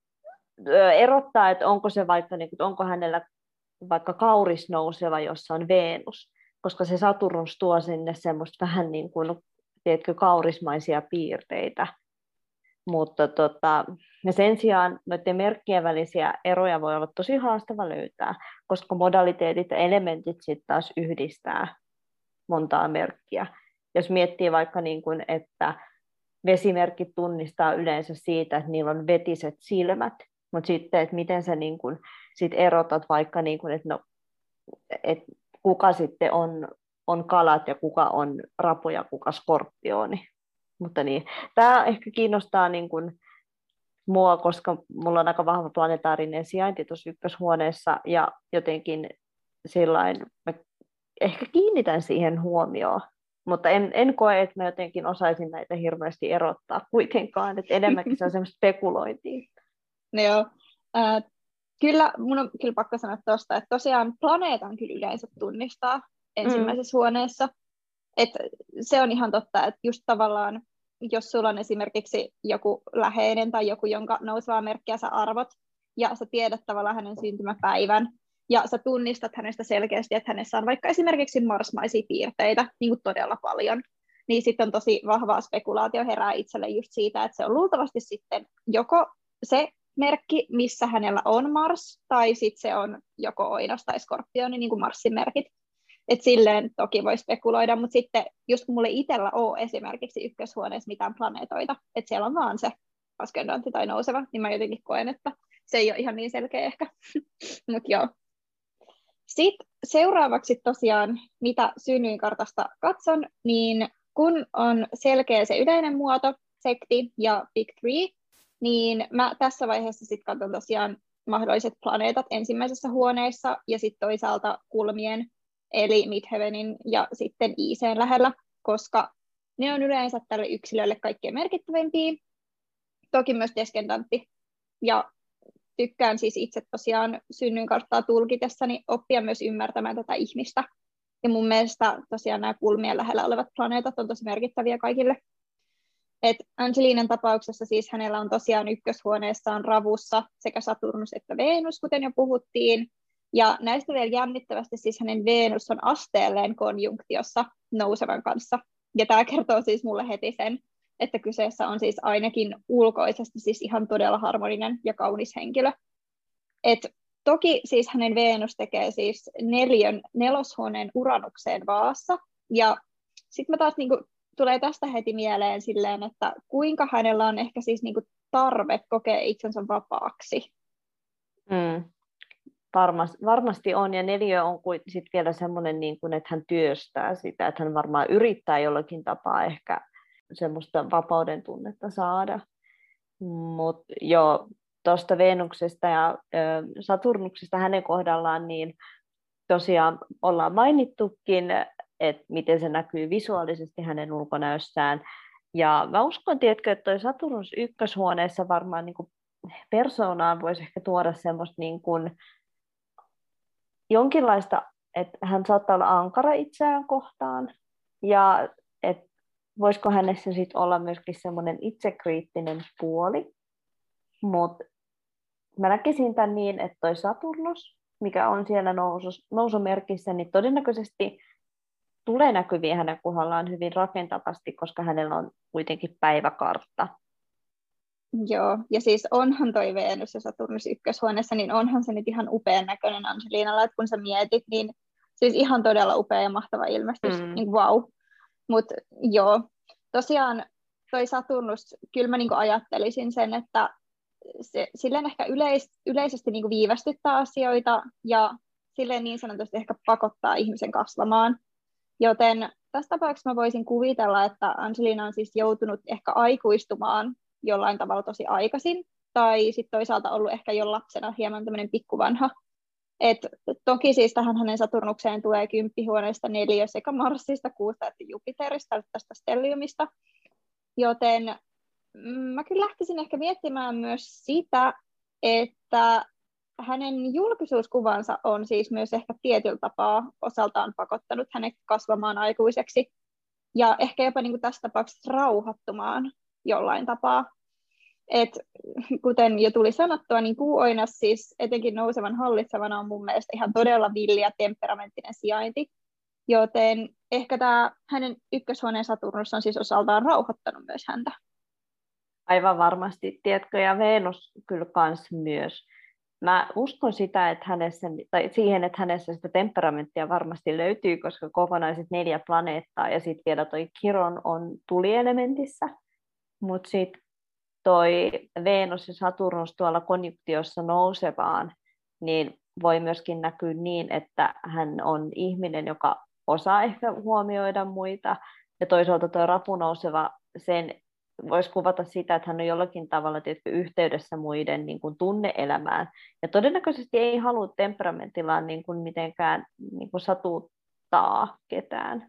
S2: erottaa, että onko se vaikka, niin, onko hänellä vaikka kauris nouseva, jossa on Venus, koska se Saturnus tuo sinne semmoista vähän niin kuin, tiedätkö, kaurismaisia piirteitä. Mutta ja sen sijaan noiden merkkien välisiä eroja voi olla tosi haastava löytää, koska modaliteetit ja elementit sitten taas yhdistää montaa merkkiä. Jos miettii vaikka, niin kuin, että vesimerkit tunnistaa yleensä siitä, että niillä on vetiset silmät, mutta sitten, että miten sä niin kuin, sit erotat vaikka, niin kuin, että, no, että kuka sitten on kalat ja kuka on rapu ja kuka skorpioni. Mutta niin, tämä ehkä kiinnostaa niin kuin mua, koska mulla on aika vahva planetaarinen sijainti tuossa ykköshuoneessa ja jotenkin sillain mä ehkä kiinnitän siihen huomioon, mutta en koe, että mä jotenkin osaisin näitä hirveästi erottaa kuitenkaan, että enemmänkin se on semmoista spekulointia.
S1: No joo. Kyllä, mun on kyllä pakko sanoa tuosta, että tosiaan planeetan kyllä yleensä tunnistaa ensimmäisessä huoneessa. Että se on ihan totta, että just tavallaan, jos sulla on esimerkiksi joku läheinen tai joku, jonka nousevaa merkkiä sä arvot, ja sä tiedät tavallaan hänen syntymäpäivän, ja sä tunnistat hänestä selkeästi, että hänessä on vaikka esimerkiksi marsmaisia piirteitä niin kuin todella paljon, niin sitten on tosi vahvaa spekulaatio herää itselle just siitä, että se on luultavasti sitten joko se merkki, missä hänellä on Mars, tai sitten se on joko Oinas tai Skorpioni, niin kuin Marsin merkit. Et silleen toki voi spekuloida, mutta sitten just mulle itsellä on esimerkiksi ykköshuoneessa mitään planeetoita, että siellä on vaan se ascendantti tai nouseva, niin mä jotenkin koen, että se ei ole ihan niin selkeä ehkä. Mut joo. Sitten seuraavaksi tosiaan, mitä synnyinkartasta katson, niin kun on selkeä se yleinen muoto, sekti ja Big Three, niin mä tässä vaiheessa sitten katson tosiaan mahdolliset planeetat ensimmäisessä huoneessa ja sitten toisaalta kulmien, eli Midheavenin ja sitten IC:n lähellä, koska ne on yleensä tälle yksilölle kaikkein merkittävimpiä, toki myös descendantti. Ja tykkään siis itse tosiaan synnynkarttaa tulkitessani oppia myös ymmärtämään tätä ihmistä. Ja mun mielestä tosiaan nämä kulmien lähellä olevat planeetat on tosi merkittäviä kaikille. Et Angelinen tapauksessa siis hänellä on tosiaan ykköshuoneessaan ravussa sekä Saturnus että Venus, kuten jo puhuttiin. Ja näistä vielä jännittävästi siis hänen Venus on asteelleen konjunktiossa nousevan kanssa. Ja tämä kertoo siis mulle heti sen, että kyseessä on siis ainakin ulkoisesti siis ihan todella harmoninen ja kaunis henkilö. Et toki siis hänen Venus tekee siis neloshuoneen Uranukseen Vaassa. Ja sitten mä taas niinku, tulee tästä heti mieleen silleen, että kuinka hänellä on ehkä siis niinku tarve kokea itsensä vapaaksi.
S2: Varmasti on, ja 4 on sitten vielä semmoinen, niin kuin, että hän työstää sitä, että hän varmaan yrittää jollakin tapaa ehkä semmoista vapauden tunnetta saada. Mutta joo, tuosta Venuksesta ja Saturnuksesta hänen kohdallaan, niin tosiaan ollaan mainittukin, että miten se näkyy visuaalisesti hänen ulkonäössään. Ja mä uskon, tiedätkö, että toi Saturnus ykköshuoneessa varmaan niin kuin persoonaan voisi ehkä tuoda semmoista niin kuin jonkinlaista, että hän saattaa olla ankara itseään kohtaan, ja että voisiko hänessä sitten olla myöskin semmoinen itsekriittinen puoli, mutta mä näkisin tämän niin, että toi Saturnus, mikä on siellä nousumerkissä, niin todennäköisesti tulee näkyviin hänen kohdallaan hyvin rakentavasti, koska hänellä on kuitenkin päiväkartta.
S1: Joo, ja siis onhan toi Venus ja Saturnus ykköshuoneessa, niin onhan se nyt ihan upean näköinen Angelinalla, että kun sä mietit, niin siis ihan todella upea ja mahtava ilmestys, niin wow. Mutta joo, tosiaan toi Saturnus, kyllä mä niinku ajattelisin sen, että se silleen ehkä yleisesti niinku viivästyttää asioita ja silleen niin sanotusti ehkä pakottaa ihmisen kasvamaan. Joten tässä tapauksessa mä voisin kuvitella, että Angelina on siis joutunut ehkä aikuistumaan jollain tavalla tosi aikaisin, tai sitten toisaalta ollut ehkä jo lapsena hieman tämmöinen pikkuvanha. Et toki siis tähän hänen Saturnukseen tulee 10 huoneesta 4 sekä Marsista, Kuusta että Jupiterista, tästä stelliumista. Joten mä kyllä lähtisin ehkä miettimään myös sitä, että hänen julkisuuskuvansa on siis myös ehkä tietyllä tapaa osaltaan pakottanut hänet kasvamaan aikuiseksi ja ehkä jopa niin kuin tässä tapauksessa rauhoittumaan jollain tapaa. Et, kuten jo tuli sanottua, niin Kuu-oinas siis etenkin nousevan hallitsevana on mun mielestä ihan todella villi ja temperamenttinen sijainti, joten ehkä tämä hänen ykköshuoneen Saturnus on siis osaltaan rauhoittanut myös häntä.
S2: Aivan varmasti, tiedätkö, ja Venus kyllä kans myös. Mä uskon sitä, että siihen, että hänessä sitä temperamenttia varmasti löytyy, koska kokonaiset 4 planeettaa ja sitten vielä toi Chiron on tulielementissä, mutta sitten toi Venus ja Saturnus tuolla konjunktiossa nousevaan, niin voi myöskin näkyä niin, että hän on ihminen, joka osaa ehkä huomioida muita, ja toisaalta tuo rapunouseva, sen voisi kuvata sitä, että hän on jollakin tavalla yhteydessä muiden niin kuin tunne-elämään, ja todennäköisesti ei halua temperamentillaan niin kuin mitenkään niin kuin satuttaa ketään.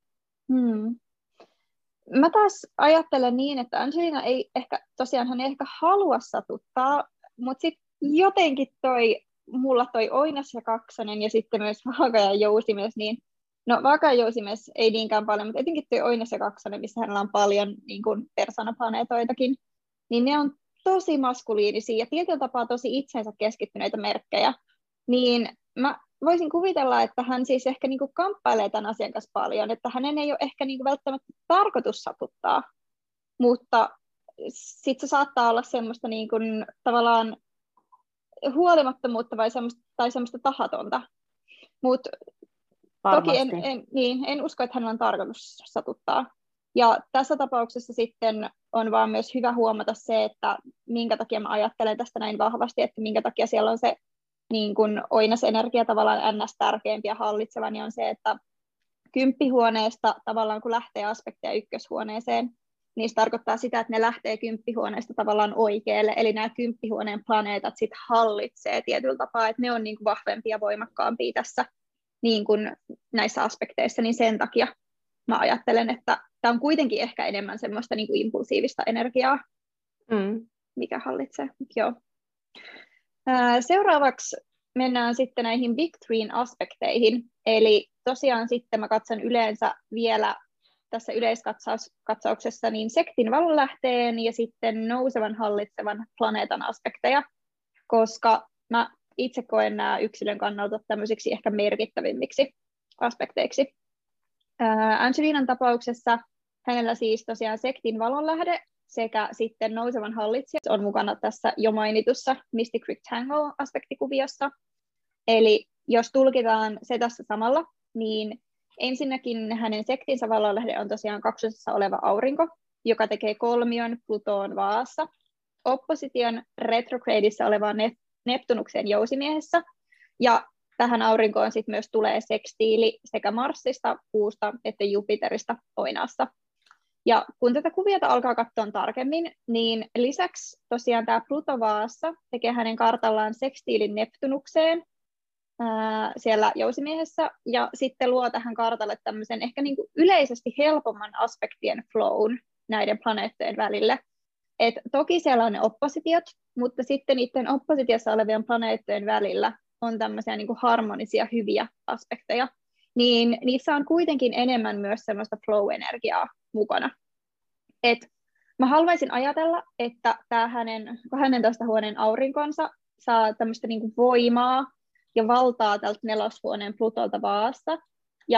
S1: Mä taas ajattelen niin, että Angelina ei ehkä, tosiaan hän ei ehkä halua satuttaa, mutta sitten jotenkin mulla toi Oinas ja Kaksonen ja sitten myös Vaaka ja Jousimies, niin no Vaaka ja Jousimies ei niinkään paljon, mutta etenkin toi Oinas ja Kaksonen, missä hänellä on paljon niin kuin persoonaplaneetoitakin, niin ne on tosi maskuliinisia ja tietyllä tapaa tosi itseensä keskittyneitä merkkejä, niin mä voisin kuvitella, että hän siis ehkä niin kuin kamppailee tämän asian kanssa paljon, että hänen ei ole ehkä niin kuin välttämättä tarkoitus satuttaa, mutta sitten se saattaa olla semmoista niin kuin tavallaan huolimattomuutta tai semmoista tahatonta. Mutta toki en usko, että hänellä on tarkoitus satuttaa. Ja tässä tapauksessa sitten on vaan myös hyvä huomata se, että minkä takia mä ajattelen tästä näin vahvasti, että minkä takia siellä on se niin kuin oinasenergia tavallaan ns. Tärkeämpi ja hallitseva, niin on se, että 10 huoneesta tavallaan kun lähtee aspekteja ykköshuoneeseen, niin se tarkoittaa sitä, että ne lähtee 10 huoneesta tavallaan oikealle, eli nämä 10 huoneen planeetat sit hallitsee tietyllä tapaa, että ne on niin kuin vahvempia ja voimakkaampia tässä niin kuin näissä aspekteissa, niin sen takia mä ajattelen, että tämä on kuitenkin ehkä enemmän semmoista niin kuin impulsiivista energiaa, mikä hallitsee. Joo. Seuraavaksi mennään sitten näihin Big Threen aspekteihin, eli tosiaan sitten mä katson yleensä vielä tässä yleiskatsauksessa niin sektin valonlähteen ja sitten nousevan hallitsevan planeetan aspekteja, koska mä itse koen nämä yksilön kannalta tämmöisiksi ehkä merkittävimmiksi aspekteiksi. Angelinan tapauksessa hänellä siis tosiaan sektin valonlähde sekä sitten nousevan hallitsija on mukana tässä jo mainitussa Mystic Rectangle-aspektikuviossa. Eli jos tulkitaan se tässä samalla, niin ensinnäkin hänen sektinsä valonlähde on tosiaan kaksosessa oleva aurinko, joka tekee kolmion Plutoon Vaassa, opposition retrogradissa olevaan Neptunukseen Jousimiehessä, ja tähän aurinkoon sitten myös tulee sekstiili sekä Marsista, Kuusta että Jupiterista Oinaassa. Ja kun tätä kuviota alkaa katsoa tarkemmin, niin lisäksi tosiaan tämä Pluto Vaassa tekee hänen kartallaan sekstiilin Neptunukseen siellä Jousimiehessä, ja sitten luo tähän kartalle tämmöisen ehkä niin kuin yleisesti helpomman aspektien flown näiden planeettojen välille. Et toki siellä on ne oppositiot, mutta sitten niiden oppositiossa olevien planeettojen välillä on tämmöisiä niin kuin harmonisia, hyviä aspekteja, niin niissä on kuitenkin enemmän myös semmoista flow-energiaa mukana. Et mä haluaisin ajatella, että tämä hänen 12 huoneen aurinkonsa saa tämmöistä niin kuin voimaa ja valtaa tältä 4. huoneen Plutolta Vaassa, ja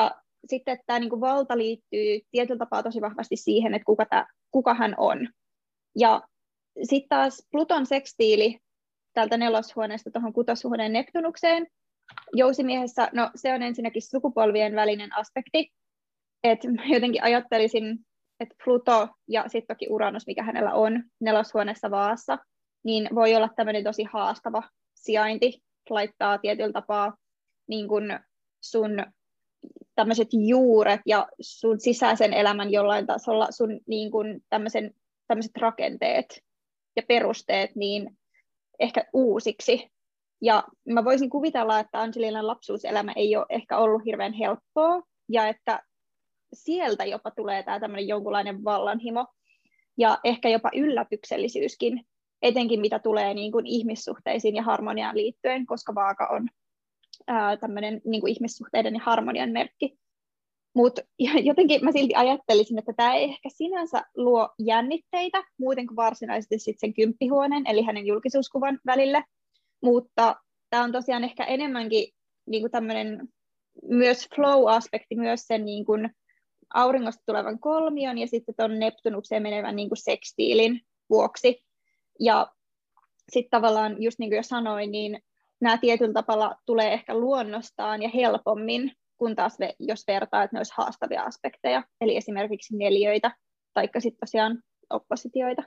S1: sitten että tämä niin kuin valta liittyy tietyllä tapaa tosi vahvasti siihen, että kuka hän on. Ja sitten taas Pluton sekstiili täältä neloshuoneesta tuohon kutoshuoneen Neptunukseen jousimiehessä, no se on ensinnäkin sukupolvien välinen aspekti, että jotenkin ajattelisin, että Pluto ja sitten toki Uranus, mikä hänellä on neloshuoneessa Vaassa, niin voi olla tämmöinen tosi haastava sijainti, laittaa tietyllä tapaa niin kuin sun tämmöiset juuret ja sun sisäisen elämän jollain tasolla, sun niin kuin tämmöiset rakenteet ja perusteet niin ehkä uusiksi. Ja mä voisin kuvitella, että Angelinan lapsuuselämä ei ole ehkä ollut hirveän helppoa, ja että sieltä jopa tulee tämä tämmöinen jonkunlainen vallanhimo, ja ehkä jopa yllätyksellisyyskin, etenkin mitä tulee niin kuin ihmissuhteisiin ja harmoniaan liittyen, koska Vaaka on tämmöinen niin kuin ihmissuhteiden ja harmonian merkki. Mutta jotenkin mä silti ajattelisin, että tämä ei ehkä sinänsä luo jännitteitä muuten kuin varsinaisesti sit sen kymppihuoneen, eli hänen julkisuuskuvan välille, mutta tämä on tosiaan ehkä enemmänkin niin kuin tämmöinen myös flow-aspekti, myös sen niin kuin auringosta tulevan kolmion ja sitten tuon Neptunukseen menevän niin kuin sekstiilin vuoksi. Ja sitten tavallaan, just niin kuin jo sanoin, niin nämä tietyllä tavalla tulee ehkä luonnostaan ja helpommin, kun taas jos vertaa, että ne olisi haastavia aspekteja, eli esimerkiksi neliöitä, taikka sitten tosiaan oppositioita.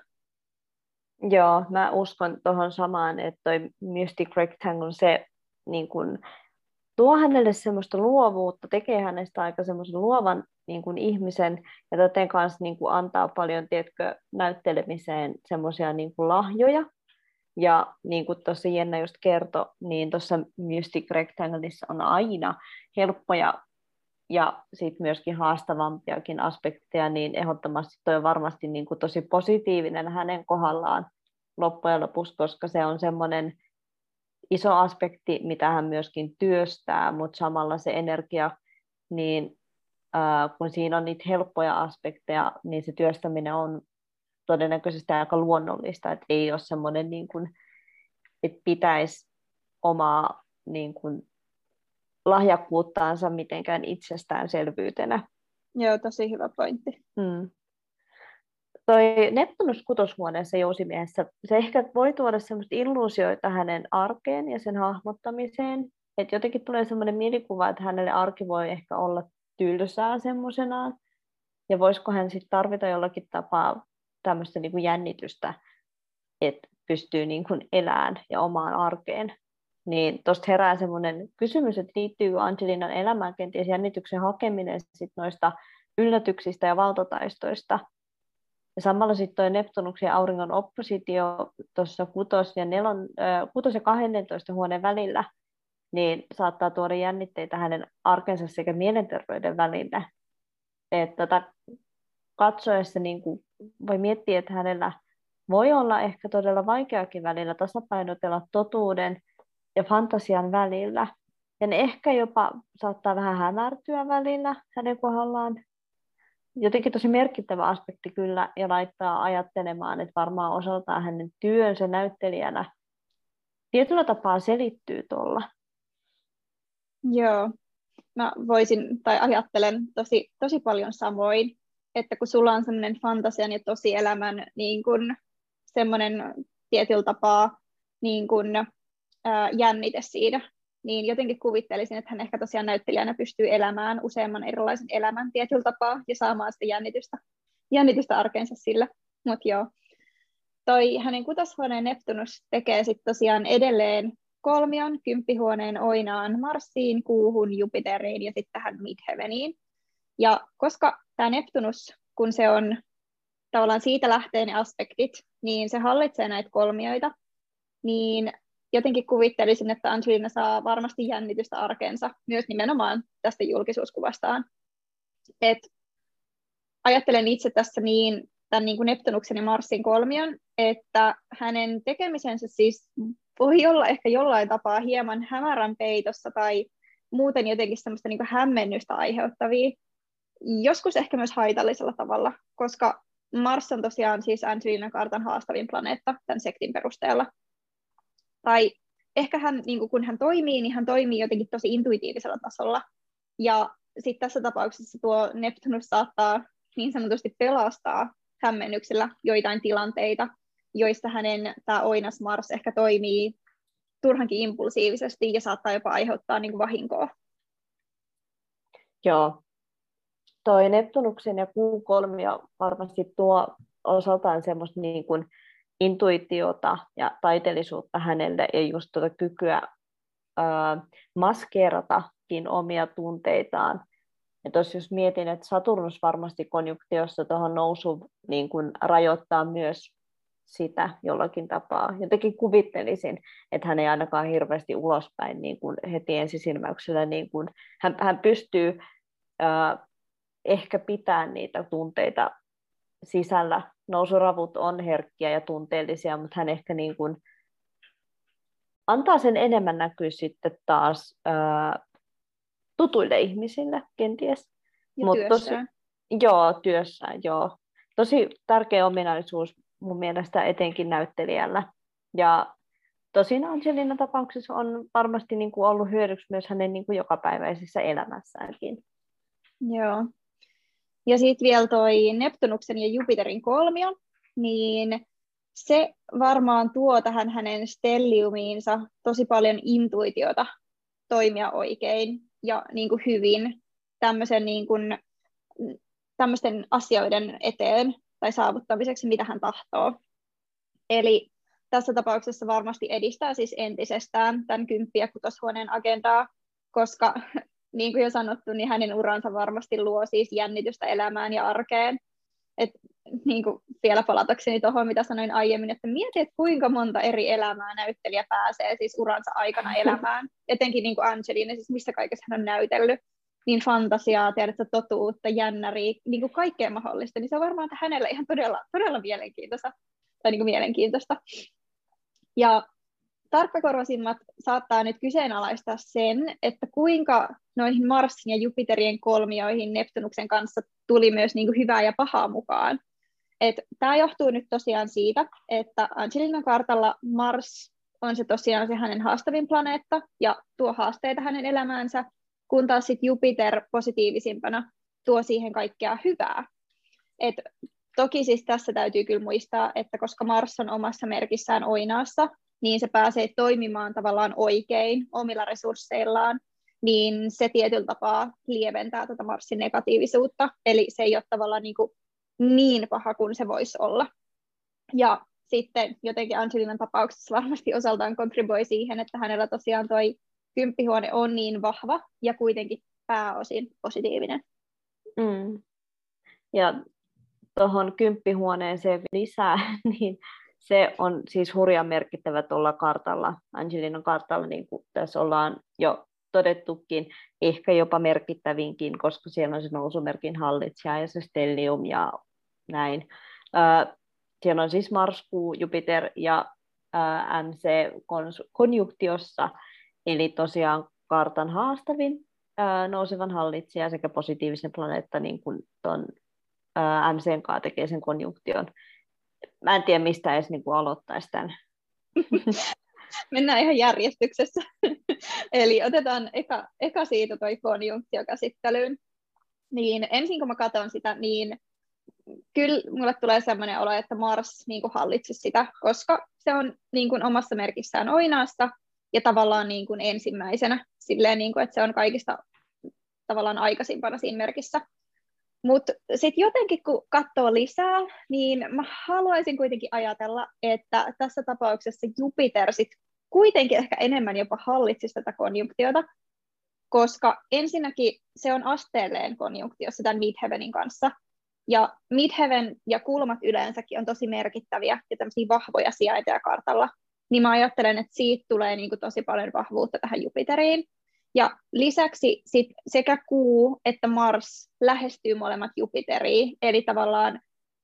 S2: Joo, mä uskon tuohon samaan, että toi Mystic Rectangle, se niin kun, tuo hänelle semmoista luovuutta, tekee hänestä aika semmoisen luovan niin kun, ihmisen, ja täten kanssa niin kun, antaa paljon, tiedätkö, näyttelemiseen semmoisia niin kun, lahjoja. Ja niin kuin tuossa Jenna just kertoi, niin tuossa Mystic Rectangleissa on aina helppoja ja sitten myöskin haastavampiakin aspekteja, niin ehdottomasti toi on varmasti niin kuin tosi positiivinen hänen kohdallaan loppujen lopuksi, koska se on semmoinen iso aspekti, mitä hän myöskin työstää, mutta samalla se energia, niin kun siinä on niitä helppoja aspekteja, niin se työstäminen on todennäköisesti aika luonnollista, että ei ole semmoinen, niin kuin, että pitäisi omaa niin kuin, lahjakkuuttaansa mitenkään itsestäänselvyytenä.
S1: Joo, tosi hyvä pointti.
S2: Toi Neptunus kutoshuoneessa jousimiehessä, se ehkä voi tuoda semmoista illuusioita hänen arkeen ja sen hahmottamiseen, että jotenkin tulee semmoinen mielikuva, että hänelle arki voi ehkä olla tylsää semmoisenaan, ja voisiko hän sitten tarvita jollakin tapaa tämmöistä niin kuin jännitystä, että pystyy niin kuin elämään ja omaan arkeen. Niin tuosta herää semmoinen kysymys, että liittyy Angelinan elämään kenties jännityksen hakeminen sit noista yllätyksistä ja valtataistoista. Ja samalla sitten tuo Neptunuksen ja auringon oppositio tuossa 6 ja 12 huoneen välillä, niin saattaa tuoda jännitteitä hänen arkensa sekä mielenterveyden välillä. Että katsoessa niin kuin voi miettiä, että hänellä voi olla ehkä todella vaikeakin välillä tasapainotella totuuden ja fantasian välillä. Ja ne ehkä jopa saattaa vähän hämärtyä välillä hänen kohdallaan. Jotenkin tosi merkittävä aspekti kyllä, ja laittaa ajattelemaan, että varmaan osaltaan hänen työnsä näyttelijänä tietyllä tapaa selittyy tuolla.
S1: Joo, mä voisin, tai ajattelen tosi paljon samoin, että kun sulla on semmoinen fantasian ja tosielämän niin kun, semmoinen tietyllä tapaa niin kun, jännite siinä, niin jotenkin kuvittelisin, että hän ehkä tosiaan näyttelijänä pystyy elämään useamman erilaisen elämän tietyllä tapaa ja saamaan sitä jännitystä arkeensa sillä. Mutta joo, toi hänen kutoshuoneen Neptunus tekee sitten tosiaan edelleen kolmion, kymppihuoneen Oinaan, Marsiin, Kuuhun, Jupiteriin ja sitten tähän Midheaveniin. Ja koska tämä Neptunus, kun se on tavallaan siitä lähtee ne aspektit, niin se hallitsee näitä kolmioita, niin jotenkin kuvittelisin, että Angelina saa varmasti jännitystä arkeensa myös nimenomaan tästä julkisuuskuvastaan. Et ajattelen itse tässä niin tämän niin kuin Neptunuksen ja Marsin kolmion, että hänen tekemisensä siis voi olla ehkä jollain tapaa hieman hämärän peitossa tai muuten jotenkin semmoista niin kuin hämmennystä aiheuttavia, joskus ehkä myös haitallisella tavalla, koska Mars on tosiaan siis Angelinan kartan haastavin planeetta tämän sektin perusteella. Tai ehkä hän, niin kun hän toimii, niin hän toimii jotenkin tosi intuitiivisella tasolla. Ja sitten tässä tapauksessa tuo Neptunus saattaa niin sanotusti pelastaa hämmennyksellä joitain tilanteita, joissa hänen tämä oinas Mars ehkä toimii turhankin impulsiivisesti ja saattaa jopa aiheuttaa niin kuin vahinkoa.
S2: Joo. Toi Neptunuksen ja kuun kolmio varmasti tuo osaltaan semmoista niin kuin intuitiota ja taiteellisuutta hänelle ja just tuota kykyä maskeeratakin omia tunteitaan. Ja tuossa jos mietin, että Saturnus varmasti konjunktiossa tuohon nousuun niin kuin rajoittaa myös sitä jollakin tapaa. Jotenkin kuvittelisin, että hän ei ainakaan hirveästi ulospäin niin kuin heti ensisilmäyksellä. Niin kuin, hän pystyy ehkä pitämään niitä tunteita sisällä. Nousuravut on herkkiä ja tunteellisia, mutta hän ehkä niin kuin antaa sen enemmän näkyä sitten taas tutuille ihmisille kenties.
S1: Ja työssään.
S2: Työssään, joo. Tosi tärkeä ominaisuus mun mielestä etenkin näyttelijällä. Ja tosin Angelina tapauksessa on varmasti niin kuin ollut hyödyksi myös hänen niin kuin jokapäiväisessä elämässäänkin.
S1: Joo. Ja sitten vielä toi Neptunuksen ja Jupiterin kolmio, niin se varmaan tuo tähän hänen stelliumiinsa tosi paljon intuitiota toimia oikein ja niin kuin hyvin tämmöisten asioiden eteen tai saavuttamiseksi, mitä hän tahtoo. Eli tässä tapauksessa varmasti edistää siis entisestään tämän 10- ja 6-huoneen agendaa, koska niin kuin jo sanottu, niin hänen uransa varmasti luo siis jännitystä elämään ja arkeen. Et, niin kuin vielä palatakseni tuohon, mitä sanoin aiemmin, että mieti, että kuinka monta eri elämää näyttelijä pääsee siis uransa aikana elämään. Etenkin niin kuin Angelina, siis missä kaikessa hän on näytellyt, niin fantasiaa, tiedätkö, totuutta, jännäriä, niin kuin kaikkea mahdollista. Niin se on varmaan hänellä ihan todella mielenkiintoista. Tai niin kuin mielenkiintoista. Ja tarkkakorvasimmat saattaa nyt kyseenalaistaa sen, että kuinka noihin Marsin ja Jupiterien kolmioihin Neptunuksen kanssa tuli myös niin kuin hyvää ja pahaa mukaan. Tämä johtuu nyt tosiaan siitä, että Angelinan kartalla Mars on se tosiaan se hänen haastavin planeetta ja tuo haasteita hänen elämäänsä, kun taas sit Jupiter positiivisimpana tuo siihen kaikkea hyvää. Toki siis tässä täytyy kyllä muistaa, että koska Mars on omassa merkissään oinaassa, niin se pääsee toimimaan tavallaan oikein omilla resursseillaan, niin se tietyllä tapaa lieventää tätä Marsin negatiivisuutta, eli se ei ole tavallaan niin paha kuin se voisi olla. Ja sitten jotenkin Angelinan tapauksessa varmasti osaltaan kontribuoi siihen, että hänellä tosiaan toi 10-huone on niin vahva ja kuitenkin pääosin positiivinen.
S2: Mm. Ja tuohon 10-huoneeseen lisää, niin se on siis hurjan merkittävä tuolla kartalla, Angelinan kartalla, niin kuin tässä ollaan jo todettukin, ehkä jopa merkittävinkin, koska siellä on se nousumerkin hallitsija ja se stellium ja näin. Siellä on siis Mars, Kuu, Jupiter ja MC konjunktiossa, eli tosiaan kartan haastavin nousevan hallitsija sekä positiivisen planeetta, niin kuin tuon MCn kanssa tekee sen konjunktion. Mä en tiedä, mistä edes niin kuin aloittaisi tämän.
S1: Mennään ihan järjestyksessä. Eli otetaan eka siitä toi konjunktiokäsittelyyn. Niin ensin kun mä katson sitä, niin kyllä mulle tulee sellainen olo, että Mars niin kuin hallitsisi sitä, koska se on niin kuin omassa merkissään oinaasta ja tavallaan niin kuin ensimmäisenä, silleen, niin kuin, että se on kaikista tavallaan aikaisimpana siinä merkissä. Mutta sitten jotenkin kun katsoo lisää, niin mä haluaisin kuitenkin ajatella, että tässä tapauksessa Jupiter sit kuitenkin ehkä enemmän jopa hallitsisi tätä konjunktiota, koska ensinnäkin se on asteelleen konjunktiossa tämän Midheavenin kanssa. Ja Midheaven ja kulmat yleensäkin on tosi merkittäviä ja tämmöisiä vahvoja sijainteja kartalla. Niin mä ajattelen, että siitä tulee niin kuin tosi paljon vahvuutta tähän Jupiteriin. Ja lisäksi sit sekä Kuu että Mars lähestyy molemmat Jupiteriin, eli tavallaan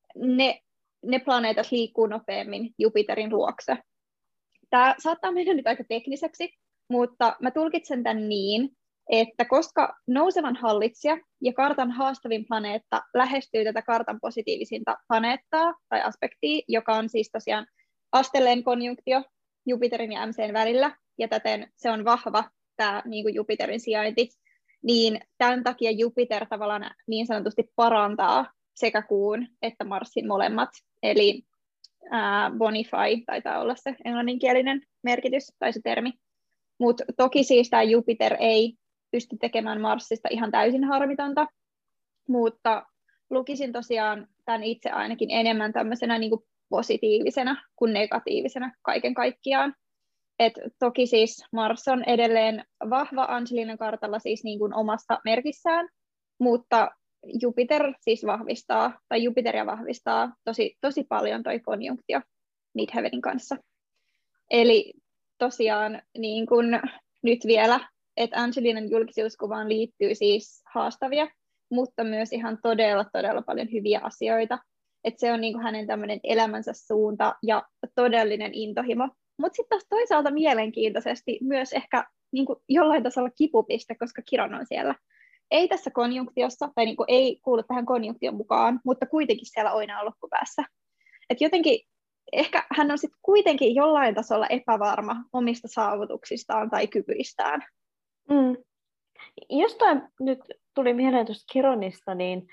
S1: ne planeetat liikkuu nopeammin Jupiterin luokse. Tämä saattaa mennä nyt aika tekniseksi, mutta mä tulkitsen tämän niin, että koska nousevan hallitsija ja kartan haastavin planeetta lähestyy tätä kartan positiivisinta planeettaa tai aspektia, joka on siis tosiaan astelleen konjunktio Jupiterin ja MCn välillä, ja täten se on vahva tämä niin kuin Jupiterin sijainti, niin tämän takia Jupiter tavallaan niin sanotusti parantaa sekä kuun että Marsin molemmat, eli bonify taitaa olla se englanninkielinen merkitys tai se termi. Mutta toki siis tämä Jupiter ei pysty tekemään Marsista ihan täysin harmitonta, mutta lukisin tosiaan tämän itse ainakin enemmän tämmöisenä niin kuin positiivisena kuin negatiivisena kaiken kaikkiaan. Et toki siis Mars on edelleen vahva Angelinan kartalla siis niin kuin omassa merkissään, mutta Jupiteria vahvistaa tosi paljon toi konjunktio Midheavenin kanssa. Eli tosiaan niin kuin nyt vielä, että Angelinan julkisuuskuvaan liittyy siis haastavia, mutta myös ihan todella paljon hyviä asioita. Että se on niin kuin hänen tämmöinen elämänsä suunta ja todellinen intohimo. Mutta sitten taas toisaalta mielenkiintoisesti myös ehkä niin kuin jollain tasolla kipupiste, koska Kiron on siellä. Ei tässä konjunktiossa, tai niin kuin ei kuulu tähän konjunktion mukaan, mutta kuitenkin siellä Oinaan loppupäässä. Et jotenkin ehkä hän on sitten kuitenkin jollain tasolla epävarma omista saavutuksistaan tai kyvyistään.
S2: Jostain nyt tuli mieleen tuosta Chironista, niin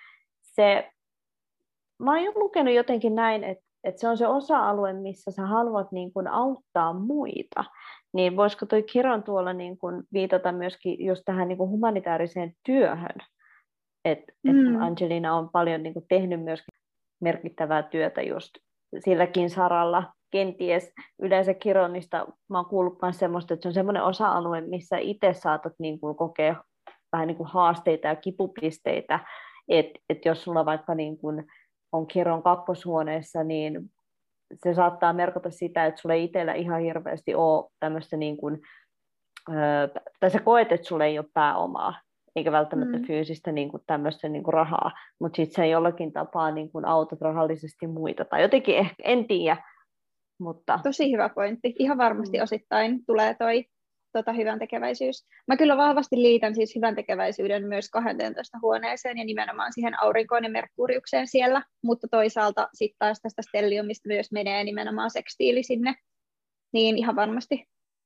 S2: mä oon lukenut jotenkin näin, että se on se osa-alue, missä sä haluat niin kun auttaa muita. Niin voisiko toi Chiron tuolla niin kun viitata myöskin just tähän niin kun humanitaariseen työhön? Että Angelina on paljon niin kun tehnyt myöskin merkittävää työtä just silläkin saralla. Kenties yleensä Chironista mä oon kuullut myös semmoista, että se on semmoinen osa-alue, missä itse saatat niin kun kokea vähän niin kuin haasteita ja kipupisteitä. Että jos sulla vaikka niin kun on Chiron kakkoshuoneessa, niin se saattaa merkata sitä, että sulla ei itsellä ihan hirveästi ole tämmöistä, niin kuin, tai sä koet, että sulla ei ole pääomaa, eikä välttämättä fyysistä niin kuin tämmöistä niin kuin rahaa, mutta sitten sä jollakin tapaa niin kuin autat rahallisesti muita, tai jotenkin ehkä, en tiedä. Mutta...
S1: Tosi hyvä pointti. Ihan varmasti osittain tulee toi hyvän tekeväisyys. Mä kyllä vahvasti liitän siis hyvän tekeväisyyden myös 12 huoneeseen ja nimenomaan siihen aurinkoon ja Merkuriukseen siellä, mutta toisaalta sitten taas tästä stelliumista myös menee nimenomaan sekstiili sinne, niin ihan varmasti.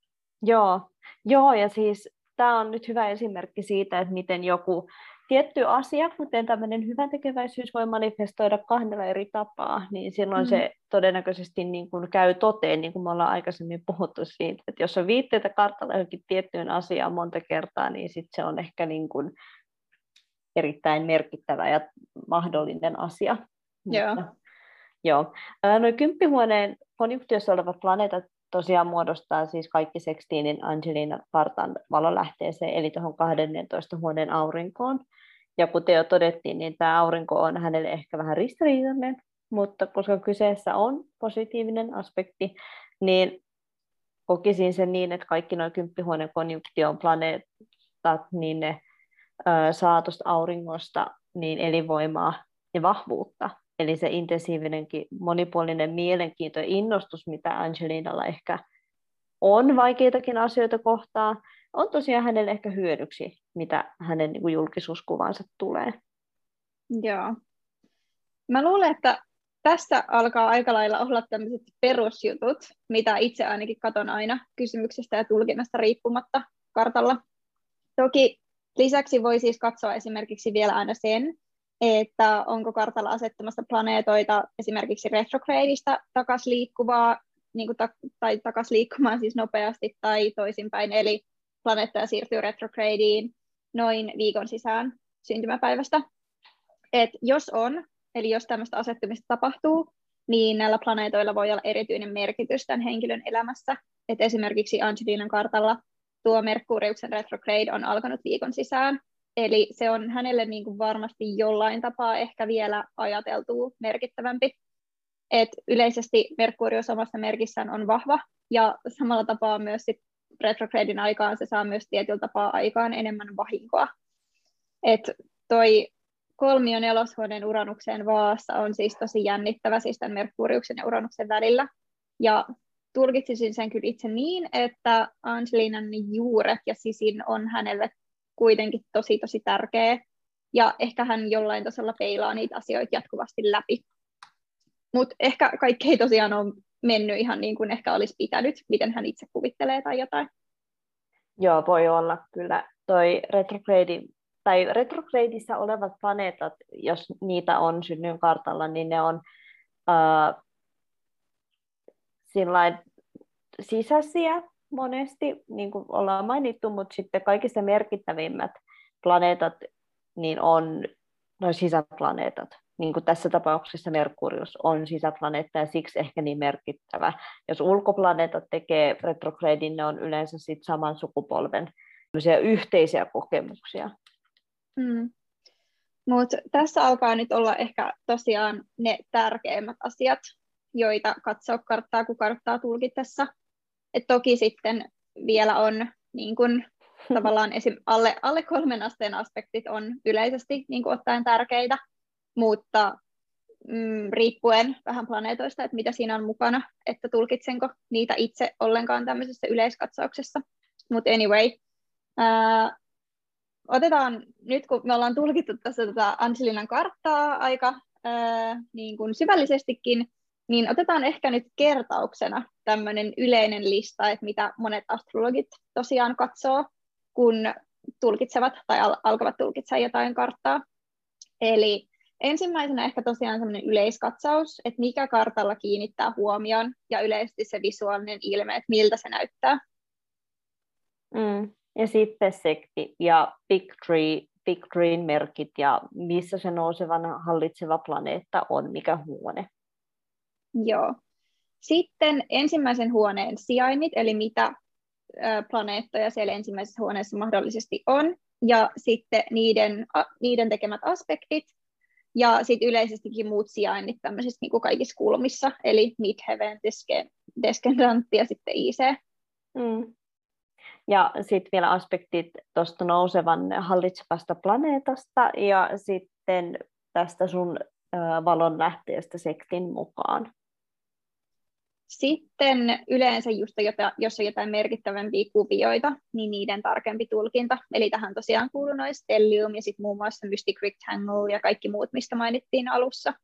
S2: Joo, ja siis tämä on nyt hyvä esimerkki siitä, että miten joku tietty asia, kuten tämmöinen hyväntekeväisyys voi manifestoida 2 eri tapaa, niin silloin se todennäköisesti niin kuin käy toteen, niin kuin me ollaan aikaisemmin puhuttu siitä, että jos on viitteitä kartalla johonkin tiettyyn asiaan monta kertaa, niin sitten se on ehkä niin kuin erittäin merkittävä ja mahdollinen asia. Joo. Noin 10-huoneen konjunktiossa olevat planeetat tosiaan muodostaa siis kaikki sekstiinin Angelina-kartan valolähteeseen, eli tuohon 12 huoneen aurinkoon. Ja kuten jo todettiin, niin tämä aurinko on hänelle ehkä vähän ristiriitainen, mutta koska kyseessä on positiivinen aspekti, niin kokisin sen niin, että kaikki noin 10-huoneen konjunktion planeetat, niin ne saa tuosta auringosta niin elinvoimaa ja vahvuutta. Eli se intensiivinenkin monipuolinen mielenkiinto ja innostus, mitä Angelinalla ehkä on vaikeitakin asioita kohtaan, on tosiaan hänelle ehkä hyödyksi, mitä hänen niin kuin julkisuuskuvansa tulee.
S1: Joo. Mä luulen, että tässä alkaa aika lailla olla tämmöiset perusjutut, mitä itse ainakin katon aina kysymyksestä ja tulkinnasta riippumatta kartalla. Toki lisäksi voi siis katsoa esimerkiksi vielä aina sen, että onko kartalla asettamassa planeetoita esimerkiksi retrogradeista takaisin liikkuvaa, niin kuin tai takaisin liikkumaan siis nopeasti tai toisinpäin, eli planeettoja siirtyy retrogradeen noin viikon sisään syntymäpäivästä. Et jos on, eli jos tämmöistä asettumista tapahtuu, niin näillä planeetoilla voi olla erityinen merkitys tämän henkilön elämässä. Et esimerkiksi Angelinan kartalla tuo Merkuriuksen retrograde on alkanut viikon sisään, eli se on hänelle niin kuin varmasti jollain tapaa ehkä vielä ajateltua merkittävämpi. Et yleisesti Merkurius omassa merkissään on vahva, ja samalla tapaa myös sit retrogradin aikaan se saa myös tietyllä tapaa aikaan enemmän vahinkoa. Et toi 3. ja 4. huoneen Uranukseen Vaassa on siis tosi jännittävä siis tämän Merkuriuksen ja Uranuksen välillä. Ja tulkitsisin sen kyllä itse niin, että Angelinan juuret ja sisin on hänelle kuitenkin tosi tärkeä. Ja ehkä hän jollain tasolla peilaa niitä asioita jatkuvasti läpi. Mutta ehkä kaikki ei tosiaan ole mennyt ihan niin kuin ehkä olisi pitänyt, miten hän itse kuvittelee tai jotain.
S2: Joo, voi olla kyllä toi retrogradissa olevat planeetat, jos niitä on synnyin kartalla, niin ne on sillain sisäisiä monesti, niin kuin ollaan mainittu, mutta sitten kaikista merkittävimmät planeetat niin on noin sisäplaneetat. Niin kuin tässä tapauksessa Merkurius on sisäplaneetta ja siksi ehkä niin merkittävä. Jos ulkoplaneetat tekee retrogradin, ne on yleensä sit saman sukupolven yhteisiä kokemuksia.
S1: Mutta tässä alkaa nyt olla ehkä tosiaan ne tärkeimmät asiat, joita katsoa karttaa, kun karttaa tulkitessa. Et toki sitten vielä on niin kun, tavallaan esim. alle 3 asteen aspektit on yleisesti niin kun, ottaen tärkeitä, mutta riippuen vähän planeetoista, että mitä siinä on mukana, että tulkitsenko niitä itse ollenkaan tämmöisessä yleiskatsauksessa. Mutta anyway, otetaan nyt, kun me ollaan tulkittu tässä Angelinan karttaa aika niin kuin syvällisestikin, niin otetaan ehkä nyt kertauksena tämmöinen yleinen lista, että mitä monet astrologit tosiaan katsoo, kun tulkitsevat tai alkavat tulkitsemaan jotain karttaa. Eli ensimmäisenä ehkä tosiaan semmoinen yleiskatsaus, että mikä kartalla kiinnittää huomioon ja yleisesti se visuaalinen ilme, että miltä se näyttää.
S2: Ja sitten sekti ja Big Treen merkit ja missä se nousevan hallitseva planeetta on, mikä huone.
S1: Joo. Sitten ensimmäisen huoneen sijainnit, eli mitä planeettoja siellä ensimmäisessä huoneessa mahdollisesti on, ja sitten niiden tekemät aspektit, ja sitten yleisestikin muut sijainnit tämmöisissä niin kuin kaikissa kulmissa, eli midheaven, descendantti ja sitten IC.
S2: Ja sitten vielä aspektit tuosta nousevan hallitsevasta planeetasta ja sitten tästä sun valon lähteestä sektin mukaan.
S1: Sitten yleensä just jos on jotain merkittävämpiä kuvioita, niin niiden tarkempi tulkinta. Eli tähän tosiaan kuuluu noin stellium ja sitten muun muassa mystic rectangle ja kaikki muut, mistä mainittiin alussa.